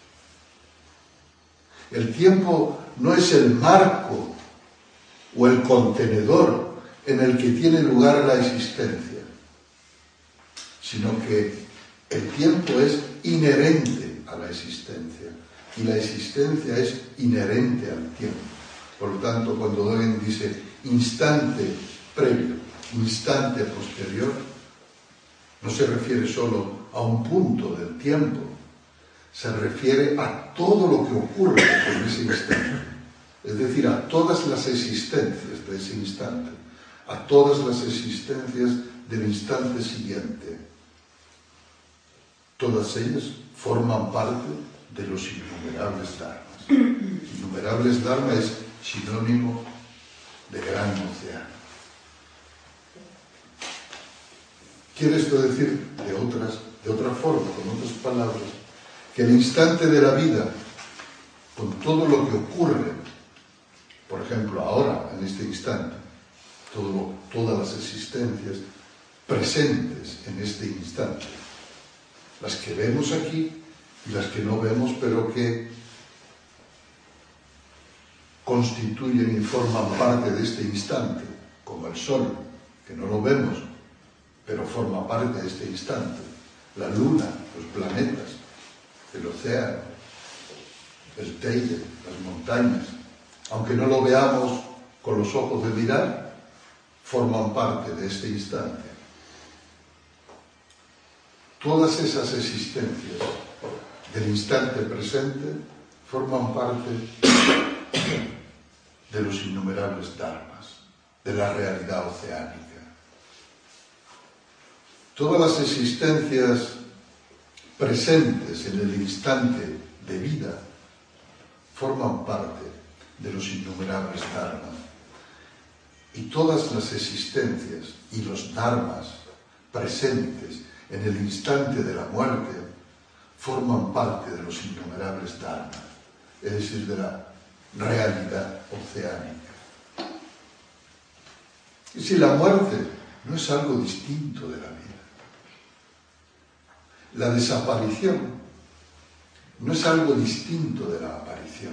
El tiempo no es el marco o el contenedor en el que tiene lugar la existencia, sino que el tiempo es inherente a la existencia y la existencia es inherente al tiempo. Por lo tanto, cuando Dogen dice instante previo, instante posterior, no se refiere solo a un punto del tiempo, se refiere a todo lo que ocurre en ese instante, es decir, a todas las existencias de ese instante, a todas las existencias del instante siguiente. Todas ellas forman parte de los innumerables dharmas. Innumerables dharma es sinónimo de gran océano. Quiere esto decir, de otra forma, con otras palabras, que el instante de la vida, con todo lo que ocurre, por ejemplo, ahora, en este instante, todas las existencias presentes en este instante, las que vemos aquí y las que no vemos, pero que constituyen y forman parte de este instante, como el sol, que no lo vemos, pero forma parte de este instante, la luna, los planetas, el océano, el teide, las montañas, aunque no lo veamos con los ojos de mirar, forman parte de este instante. Todas esas existencias del instante presente forman parte de los innumerables dharmas, de la realidad oceánica. Todas las existencias presentes en el instante de vida forman parte de los innumerables dharmas. Y todas las existencias y los dharmas presentes en el instante de la muerte forman parte de los innumerables dharmas, es decir, de la realidad oceánica. Y si la muerte no es algo distinto de la vida, la desaparición no es algo distinto de la aparición.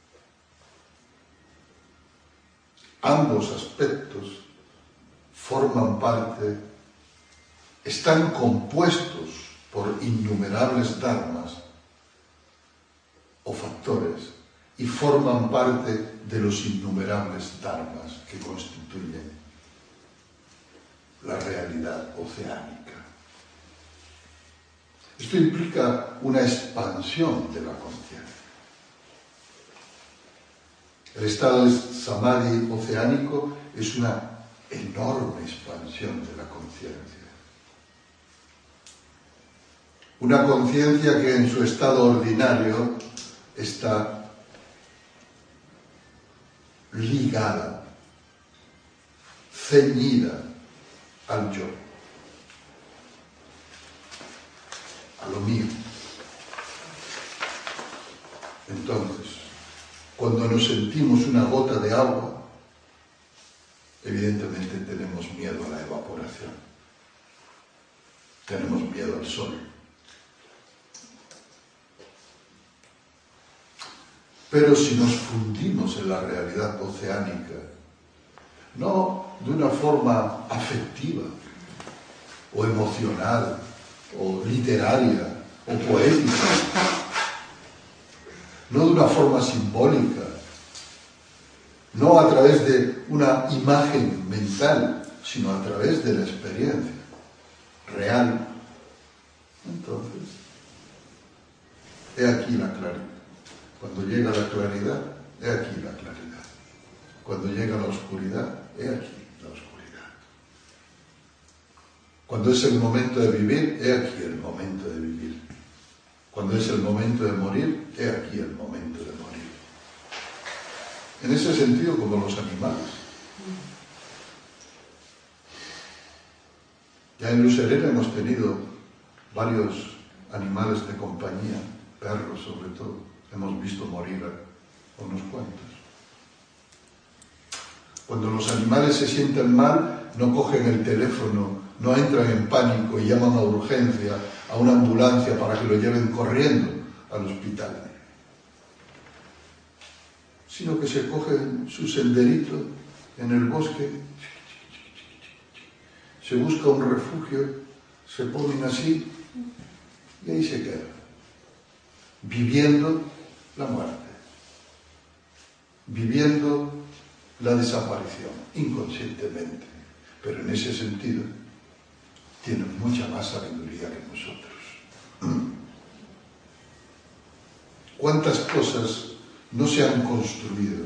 Ambos aspectos forman parte, están compuestos por innumerables dharmas o factores y forman parte de los innumerables dharmas que constituyen la realidad oceánica. Esto implica una expansión de la conciencia. El estado de samadhi oceánico es una enorme expansión de la conciencia. Una conciencia que en su estado ordinario está ligada, ceñida al yo, a lo mío. Entonces, cuando nos sentimos una gota de agua, evidentemente tenemos miedo a la evaporación, tenemos miedo al sol. Pero si nos fundimos en la realidad oceánica, no de una forma afectiva, o emocional, o literaria, o poética, no de una forma simbólica, no a través de una imagen mental, sino a través de la experiencia real, entonces, he aquí la claridad. Cuando llega la claridad, he aquí la claridad. Cuando llega la oscuridad, he aquí la oscuridad. Cuando es el momento de vivir, he aquí el momento de vivir. Cuando es el momento de morir, he aquí el momento de morir. En ese sentido, como los animales. Ya en Lucerena hemos tenido varios animales de compañía, perros sobre todo. Hemos visto morir a unos cuantos. Cuando los animales se sienten mal, no cogen el teléfono, no entran en pánico y llaman a urgencia, a una ambulancia para que lo lleven corriendo al hospital, sino que se cogen su senderito en el bosque, se busca un refugio, se ponen así y ahí se quedan, viviendo la muerte, viviendo la desaparición, inconscientemente, pero en ese sentido tienen mucha más sabiduría que nosotros. ¿Cuántas cosas no se han construido?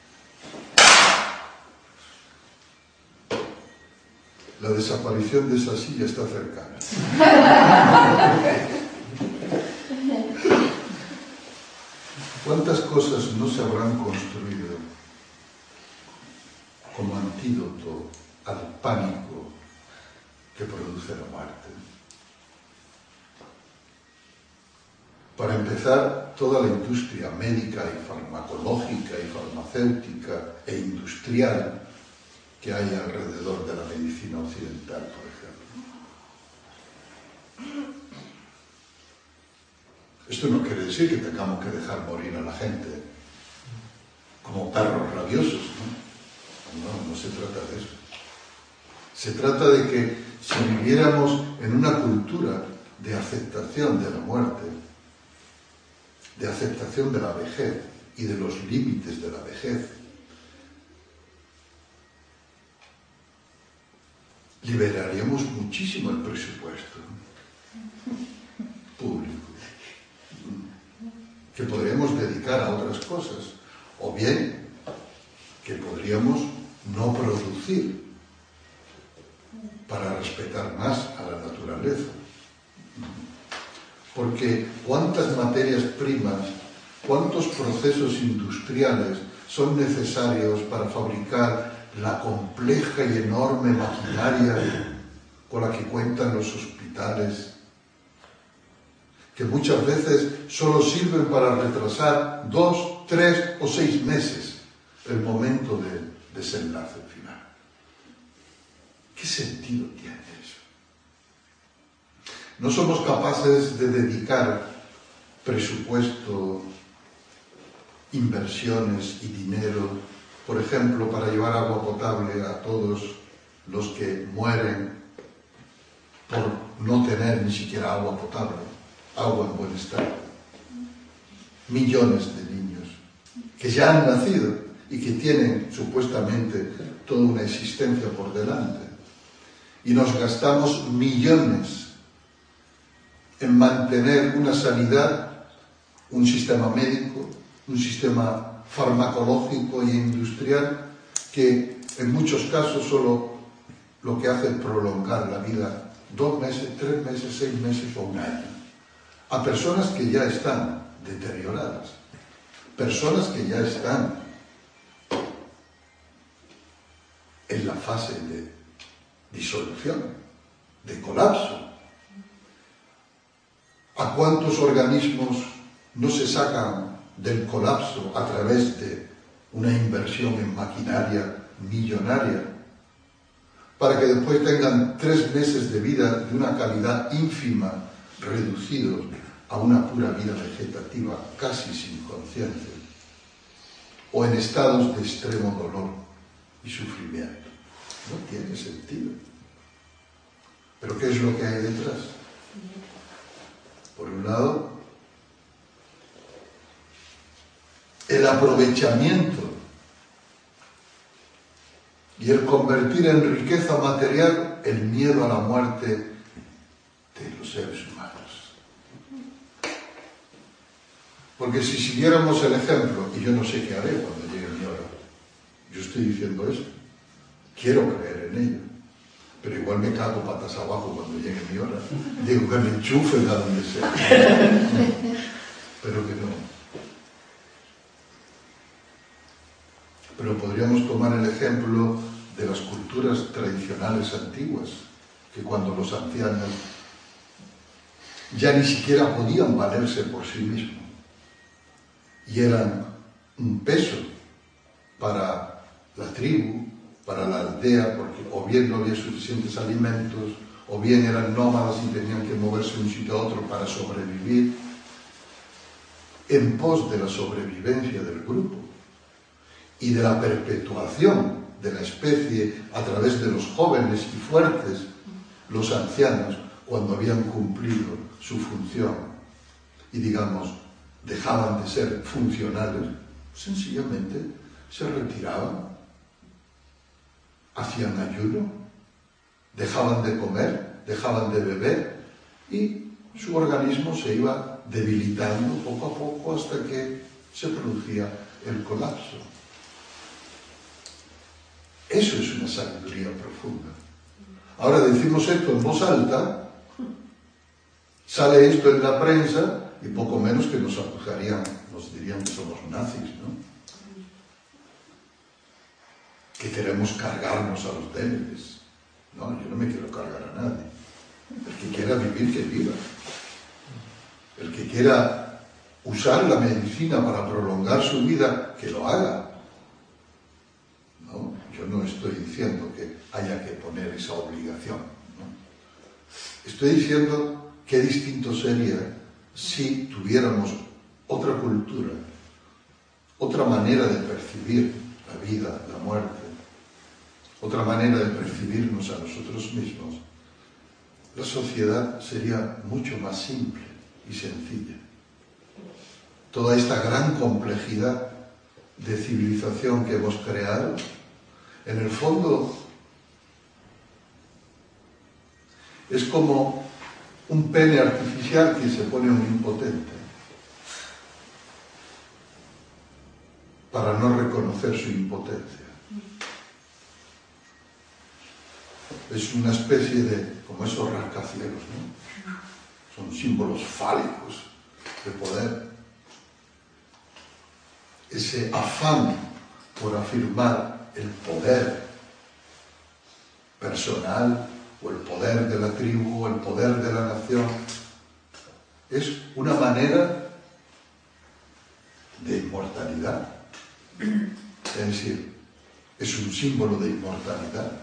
La desaparición de esa silla está cercana. ¿Cuántas cosas no se habrán construido como antídoto al pánico que produce la muerte? Para empezar, toda la industria médica y farmacológica y farmacéutica e industrial que hay alrededor de la medicina occidental, por ejemplo. Esto no quiere decir que tengamos que dejar morir a la gente como perros rabiosos, ¿no? No se trata de eso. Se trata de que si viviéramos en una cultura de aceptación de la muerte, de aceptación de la vejez y de los límites de la vejez, liberaríamos muchísimo el presupuesto público, que podríamos dedicar a otras cosas, o bien que podríamos no producir para respetar más a la naturaleza. Porque cuántas materias primas, cuántos procesos industriales son necesarios para fabricar la compleja y enorme maquinaria con la que cuentan los hospitales, que muchas veces solo sirven para retrasar 2, 3 o 6 meses el momento de desenlace final. ¿Qué sentido tiene eso? No somos capaces de dedicar presupuesto, inversiones y dinero, por ejemplo, para llevar agua potable a todos los que mueren por no tener ni siquiera agua potable, agua en buen estado. Millones de niños que ya han nacido y que tienen supuestamente toda una existencia por delante. Y nos gastamos millones en mantener una sanidad, un sistema médico, un sistema farmacológico e industrial que en muchos casos solo lo que hace es prolongar la vida 2 meses, 3 meses, 6 meses o un año a personas que ya están deterioradas, personas que ya están en la fase de disolución, de colapso. ¿A cuántos organismos no se sacan del colapso a través de una inversión en maquinaria millonaria para que después tengan 3 meses de vida de una calidad ínfima, reducidos a una pura vida vegetativa casi sin conciencia, o en estados de extremo dolor y sufrimiento? No tiene sentido. ¿Pero qué es lo que hay detrás? Por un lado, el aprovechamiento y el convertir en riqueza material el miedo a la muerte de los seres humanos. Porque si siguiéramos el ejemplo, y yo no sé qué haré cuando llegue mi hora, yo estoy diciendo esto, quiero creer en ello, pero igual me cago patas abajo cuando llegue mi hora. Digo que me enchufen a donde sea. Pero que no. Pero podríamos tomar el ejemplo de las culturas tradicionales antiguas, que cuando los ancianos ya ni siquiera podían valerse por sí mismos y eran un peso para la tribu, para la aldea, porque o bien no había suficientes alimentos, o bien eran nómadas y tenían que moverse de un sitio a otro para sobrevivir, en pos de la sobrevivencia del grupo y de la perpetuación de la especie a través de los jóvenes y fuertes, los ancianos, cuando habían cumplido su función y, digamos, dejaban de ser funcionales, sencillamente se retiraban, hacían ayuno, dejaban de comer, dejaban de beber y su organismo se iba debilitando poco a poco hasta que se producía el colapso. Eso es una sabiduría profunda. Ahora decimos esto en voz alta, sale esto en la prensa y poco menos que nos acusarían, nos dirían que somos nazis, ¿no? Que queremos cargarnos a los débiles. No, yo no me quiero cargar a nadie. El que quiera vivir, que viva. El que quiera usar la medicina para prolongar su vida, que lo haga. ¿No? Yo no estoy diciendo que haya que poner esa obligación, ¿no? Estoy diciendo qué distinto sería si tuviéramos otra cultura, otra manera de percibir la vida, la muerte, otra manera de percibirnos a nosotros mismos. La sociedad sería mucho más simple y sencilla. Toda esta gran complejidad de civilización que hemos creado, en el fondo, es como un pene artificial que se pone a un impotente para no reconocer su impotencia. Es una especie de, como esos rascacielos, ¿no? Son símbolos fálicos de poder. Ese afán por afirmar el poder personal, o el poder de la tribu, o el poder de la nación, es una manera de inmortalidad. Es decir, es un símbolo de inmortalidad.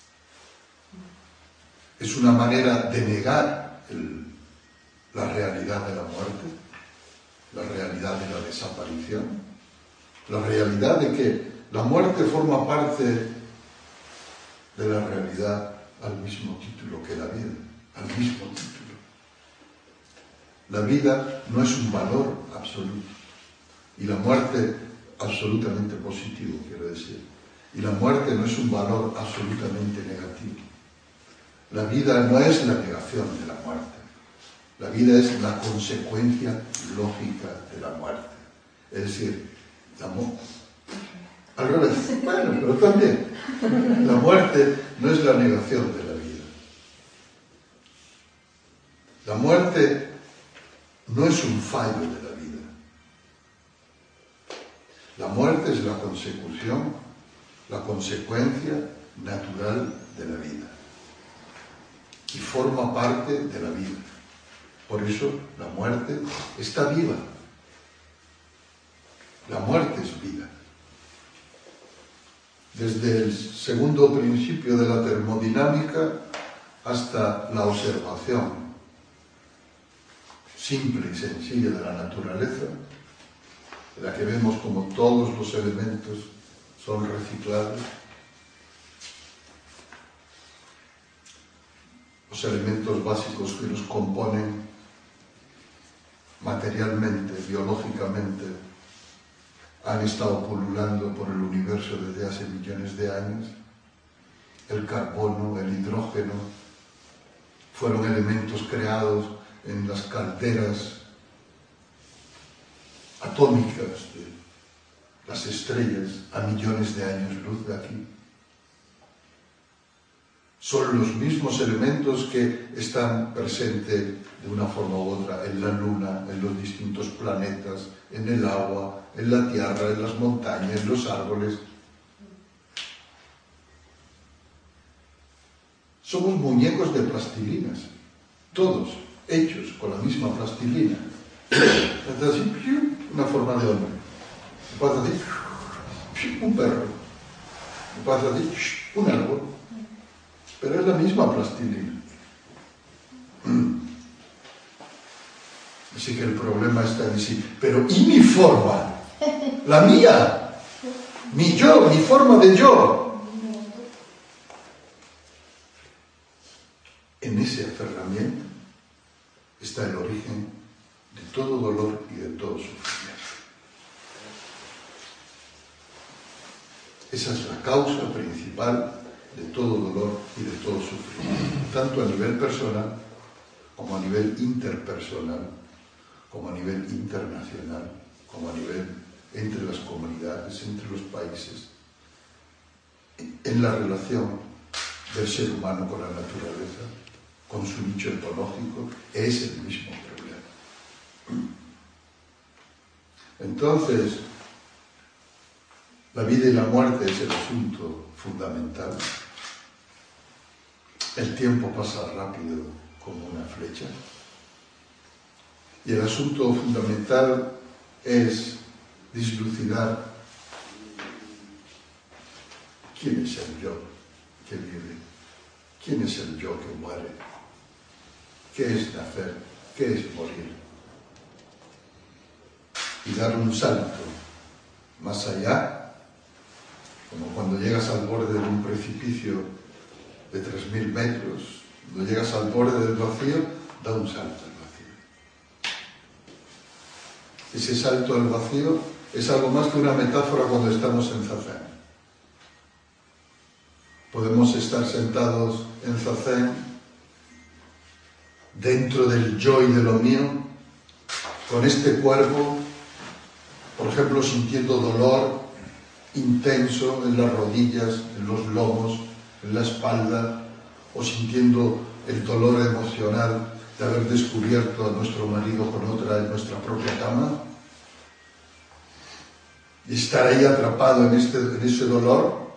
Es una manera de negar la realidad de la muerte, la realidad de la desaparición, la realidad de que la muerte forma parte de la realidad al mismo título que la vida, al mismo título. La vida no es un valor absoluto y la muerte absolutamente positivo, quiero decir. Y la muerte no es un valor absolutamente negativo. La vida no es la negación de la muerte. La vida es la consecuencia lógica de la muerte. Es decir, al revés. Bueno, pero también. La muerte no es la negación de la vida. La muerte no es un fallo de la vida. La muerte es la consecución, la consecuencia natural de la vida. Y forma parte de la vida. Por eso la muerte está viva. La muerte es vida. Desde el segundo principio de la termodinámica hasta la observación simple y sencilla de la naturaleza, en la que vemos como todos los elementos son reciclables. Los elementos básicos que nos componen materialmente, biológicamente, han estado pululando por el universo desde hace millones de años. El carbono, el hidrógeno, fueron elementos creados en las calderas atómicas de las estrellas a millones de años luz de aquí. Son los mismos elementos que están presentes de una forma u otra en la Luna, en los distintos planetas, en el agua, en la tierra, en las montañas, en los árboles. Somos muñecos de plastilinas, todos hechos con la misma plastilina. Entonces, así, una forma de hombre. Pasa así, un perro. Pasa así, un árbol. Pero es la misma plastilina. Así que el problema está en sí. Pero ¿y mi forma? La mía. Mi yo, mi forma de yo. En ese aferramiento está el origen de todo dolor y de todo sufrimiento. Esa es la causa principal de todo dolor y de todo sufrimiento, tanto a nivel personal, como a nivel interpersonal, como a nivel internacional, como a nivel entre las comunidades, entre los países, en la relación del ser humano con la naturaleza, con su nicho ecológico, es el mismo problema. Entonces, la vida y la muerte es el asunto fundamental. El tiempo pasa rápido como una flecha. Y el asunto fundamental es dislucidar quién es el yo que vive, quién es el yo que muere, qué es nacer, qué es morir. Y dar un salto más allá, como cuando llegas al borde de un precipicio de 3000 metros, cuando llegas al borde del vacío, da un salto al vacío. Ese salto al vacío es algo más que una metáfora cuando estamos en zazen. Podemos estar sentados en zazen, dentro del yo y de lo mío, con este cuerpo, por ejemplo, sintiendo dolor intenso en las rodillas, en los lomos, en la espalda, o sintiendo el dolor emocional de haber descubierto a nuestro marido con otra en nuestra propia cama, y estar ahí atrapado en ese dolor.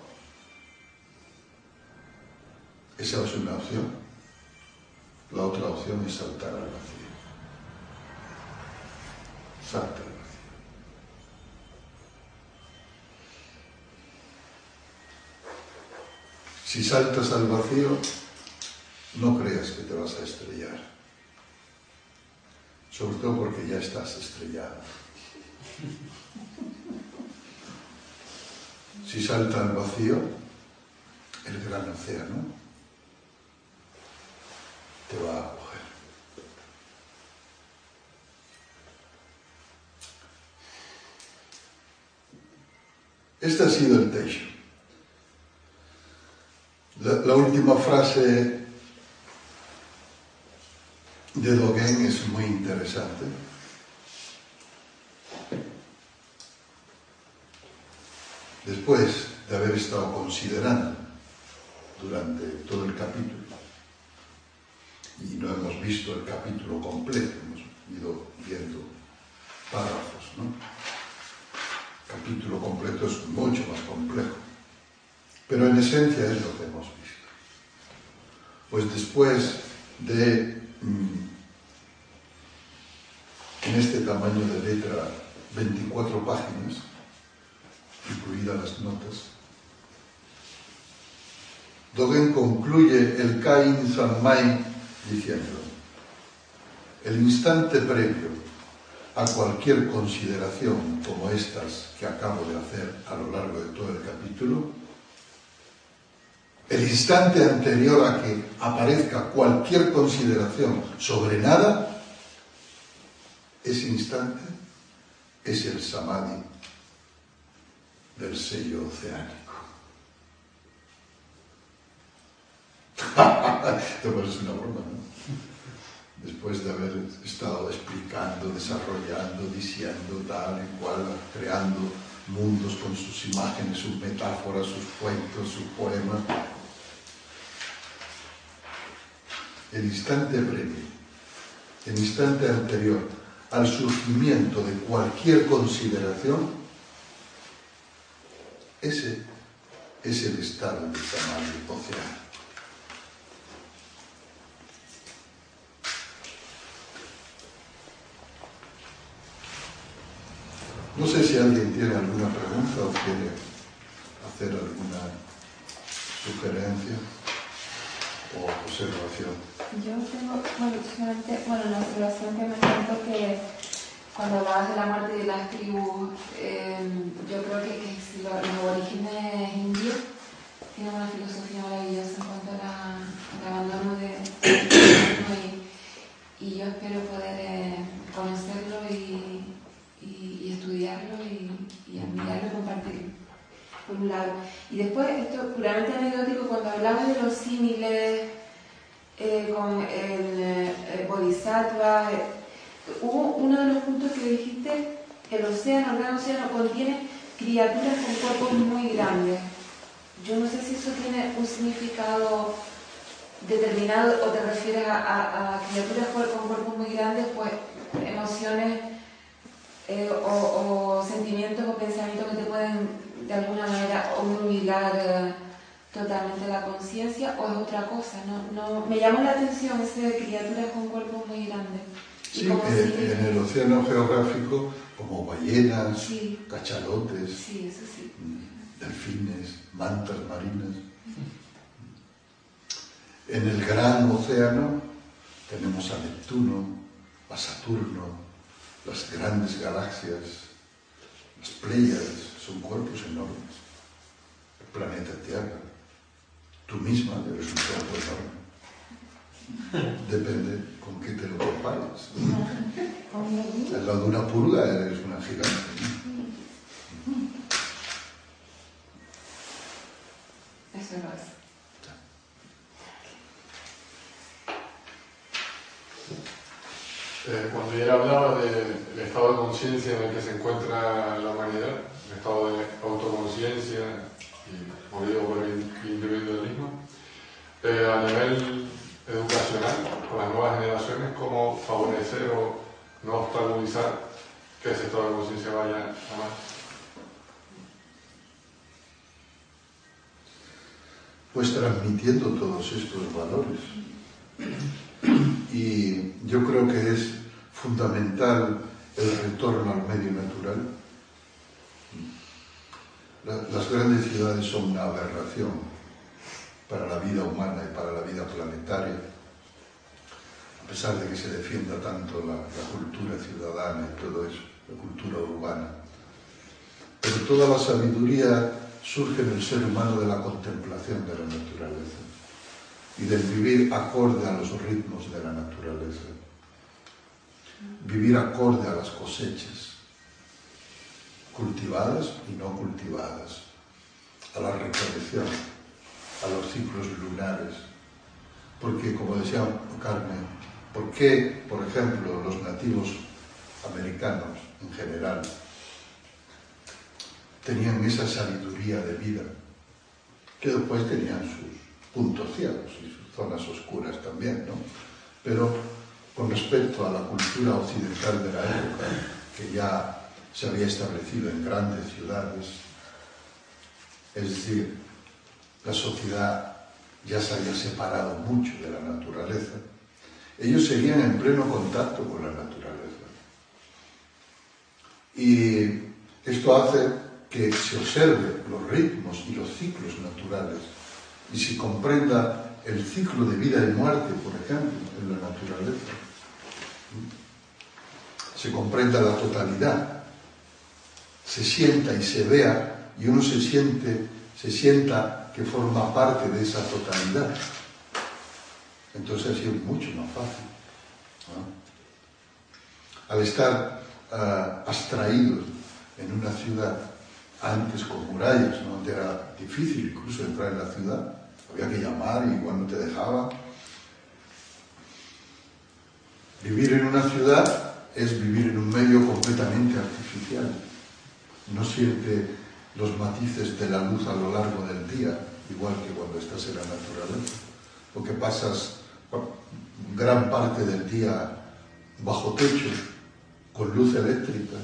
Esa es una opción. La otra opción es saltar al vacío. Salta al vacío. Si saltas al vacío, no creas que te vas a estrellar. Sobre todo porque ya estás estrellado. Si salta al vacío, el gran océano te va a acoger. Este ha sido el Teisho. La última frase de Dogen es muy interesante. Después de haber estado considerando durante todo el capítulo, y no hemos visto el capítulo completo, hemos ido viendo párrafos, ¿no? El capítulo completo es mucho más complejo, pero en esencia es lo que hemos visto. Pues después de, en este tamaño de letra, 24 páginas, incluidas las notas, Dogen concluye el Kain Sanmai diciendo: el instante previo a cualquier consideración como estas que acabo de hacer a lo largo de todo el capítulo, el instante anterior a que aparezca cualquier consideración sobre nada, ese instante es el Samadhi del sello oceánico. Esto parece una broma, ¿no? Después de haber estado explicando, desarrollando, diciendo tal y cual, creando mundos con sus imágenes, sus metáforas, sus cuentos, sus poemas. El instante previo, el instante anterior al surgimiento de cualquier consideración, ese es el estado del Samadhi oceánico. No sé si alguien tiene alguna pregunta o quiere hacer alguna sugerencia o observación. Yo tengo, solamente, la observación que me siento que cuando hablabas de la muerte de las tribus, yo creo que los orígenes indios tienen una filosofía maravillosa en cuanto al abandono y yo espero poder conocerlo y estudiarlo y admirarlo y compartirlo, por un lado. Y después, esto puramente anecdótico, cuando hablabas de los símiles con el Bodhisattva, hubo uno de los puntos que dijiste, el gran océano contiene criaturas con cuerpos muy grandes. Yo no sé si eso tiene un significado determinado o te refieres a criaturas con cuerpos muy grandes, pues emociones o sentimientos o pensamientos que te pueden de alguna manera obnubilar totalmente la conciencia, o es otra cosa. No, me llamó la atención ese de criaturas con cuerpos muy grandes. Sí, en el océano geográfico, como ballenas, sí, cachalotes, sí, eso sí, delfines, mantas marinas. En el gran océano tenemos a Neptuno, a Saturno, las grandes galaxias, las Pléyades, son cuerpos enormes. El planeta Tierra, tú misma eres un cuerpo enorme. Depende con qué te lo compares. Al lado de una pulga eres una gigante. Eso lo es. Cuando ella hablaba del estado de conciencia en el que se encuentra la humanidad, el estado de autoconciencia y movido por el individualismo, a nivel educacional, con las nuevas generaciones, cómo favorecer o no obstaculizar que ese estado de conciencia vaya a más. Pues transmitiendo todos estos valores. Y yo creo que es fundamental el retorno al medio natural. Las grandes ciudades son una aberración para la vida humana y para la vida planetaria, a pesar de que se defienda tanto la cultura ciudadana y todo eso, la cultura urbana. Pero toda la sabiduría surge en el ser humano de la contemplación de la naturaleza y del vivir acorde a los ritmos de la naturaleza, vivir acorde a las cosechas, cultivadas y no cultivadas, a la recolección, a los ciclos lunares. Porque, como decía Carmen, ¿por qué, por ejemplo, los nativos americanos en general tenían esa sabiduría de vida, que después tenían sus puntos ciegos y sus zonas oscuras también, ¿no? Pero con respecto a la cultura occidental de la época, que ya se había establecido en grandes ciudades, es decir, la sociedad ya se había separado mucho de la naturaleza, ellos seguían en pleno contacto con la naturaleza. Y esto hace que se observe los ritmos y los ciclos naturales y se comprenda el ciclo de vida y muerte, por ejemplo, en la naturaleza. Se comprenda la totalidad, se sienta y se vea, y uno se sienta que forma parte de esa totalidad. Entonces ha sido mucho más fácil, ¿no? Al estar abstraídos en una ciudad, antes con murallas, ¿no? Donde era difícil incluso entrar en la ciudad, había que llamar y igual no te dejaba. Vivir en una ciudad es vivir en un medio completamente artificial. No siente los matices de la luz a lo largo del día, igual que cuando estás en la naturaleza, porque pasas gran parte del día bajo techo, con luz eléctrica.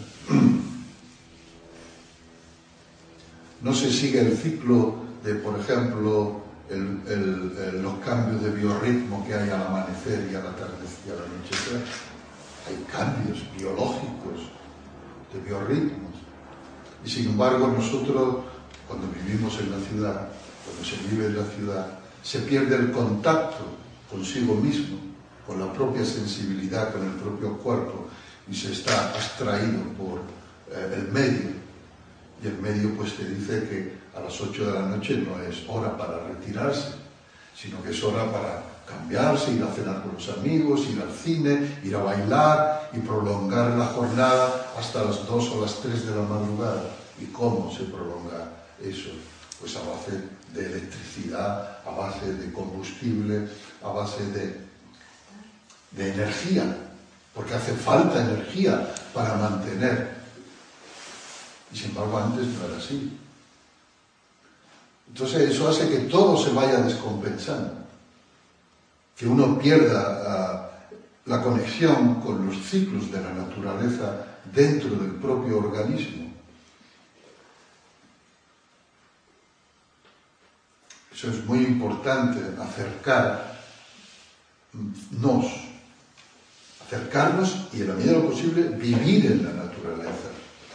No se sigue el ciclo de, por ejemplo, los cambios de biorritmo que hay al amanecer y al atardecer y al anochecer. Hay cambios biológicos de biorritmos Y sin embargo nosotros, cuando vivimos en la ciudad, cuando se vive en la ciudad, se pierde el contacto consigo mismo, con la propia sensibilidad, con el propio cuerpo, y se está abstraído por el medio. Y el medio pues te dice que a las 8 de la noche no es hora para retirarse, sino que es hora para cambiarse, ir a cenar con los amigos, ir al cine, ir a bailar y prolongar la jornada hasta las 2 o las 3 de la madrugada. ¿Y cómo se prolonga eso? Pues a base de electricidad, a base de combustible, a base de energía, porque hace falta energía para mantener. Y sin embargo antes no era así. Entonces eso hace que todo se vaya descompensando, que uno pierda la conexión con los ciclos de la naturaleza dentro del propio organismo. Eso es muy importante, acercarnos y en la medida de lo posible vivir en la naturaleza.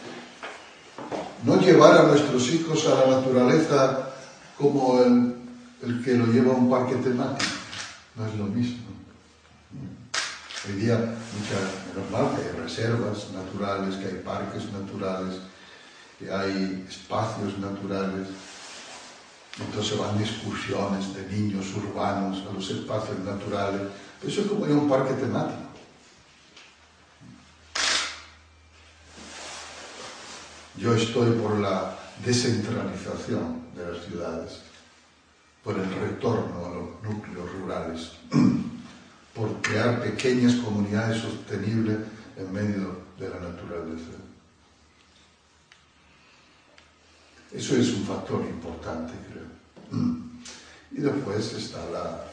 No llevar a nuestros hijos a la naturaleza como el que lo lleva a un parque temático, no es lo mismo. Hoy día, menos mal que hay reservas naturales, que hay parques naturales, que hay espacios naturales. Entonces van excursiones de niños urbanos a los espacios naturales. Eso es como ir a un parque temático. Yo estoy por la descentralización de las ciudades, por el retorno a los núcleos rurales, por crear pequeñas comunidades sostenibles en medio de la naturaleza. Eso es un factor importante, creo. Y después está la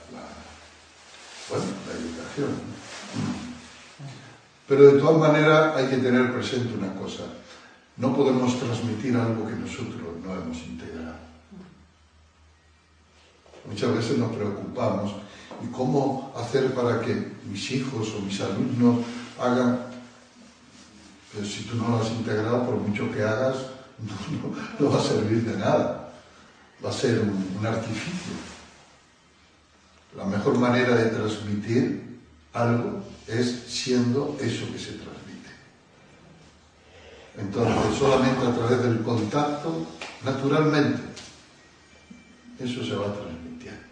educación. Pero de todas maneras hay que tener presente una cosa. No podemos transmitir algo que nosotros no hemos integrado. Muchas veces nos preocupamos y cómo hacer para que mis hijos o mis alumnos hagan, pero si tú no lo has integrado, por mucho que hagas, no va a servir de nada. Va a ser un artificio. La mejor manera de transmitir algo es siendo eso que se transmite. Entonces, solamente a través del contacto, naturalmente, eso se va transmitiendo.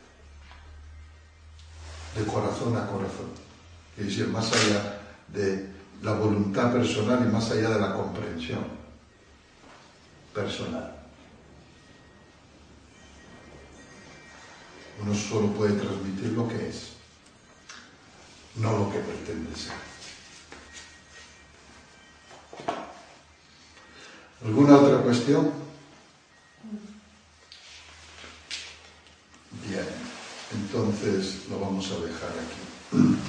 De corazón a corazón. Es decir, más allá de la voluntad personal y más allá de la comprensión personal. Uno solo puede transmitir lo que es, no lo que pretende ser. ¿Alguna otra cuestión? Bien, entonces lo vamos a dejar aquí.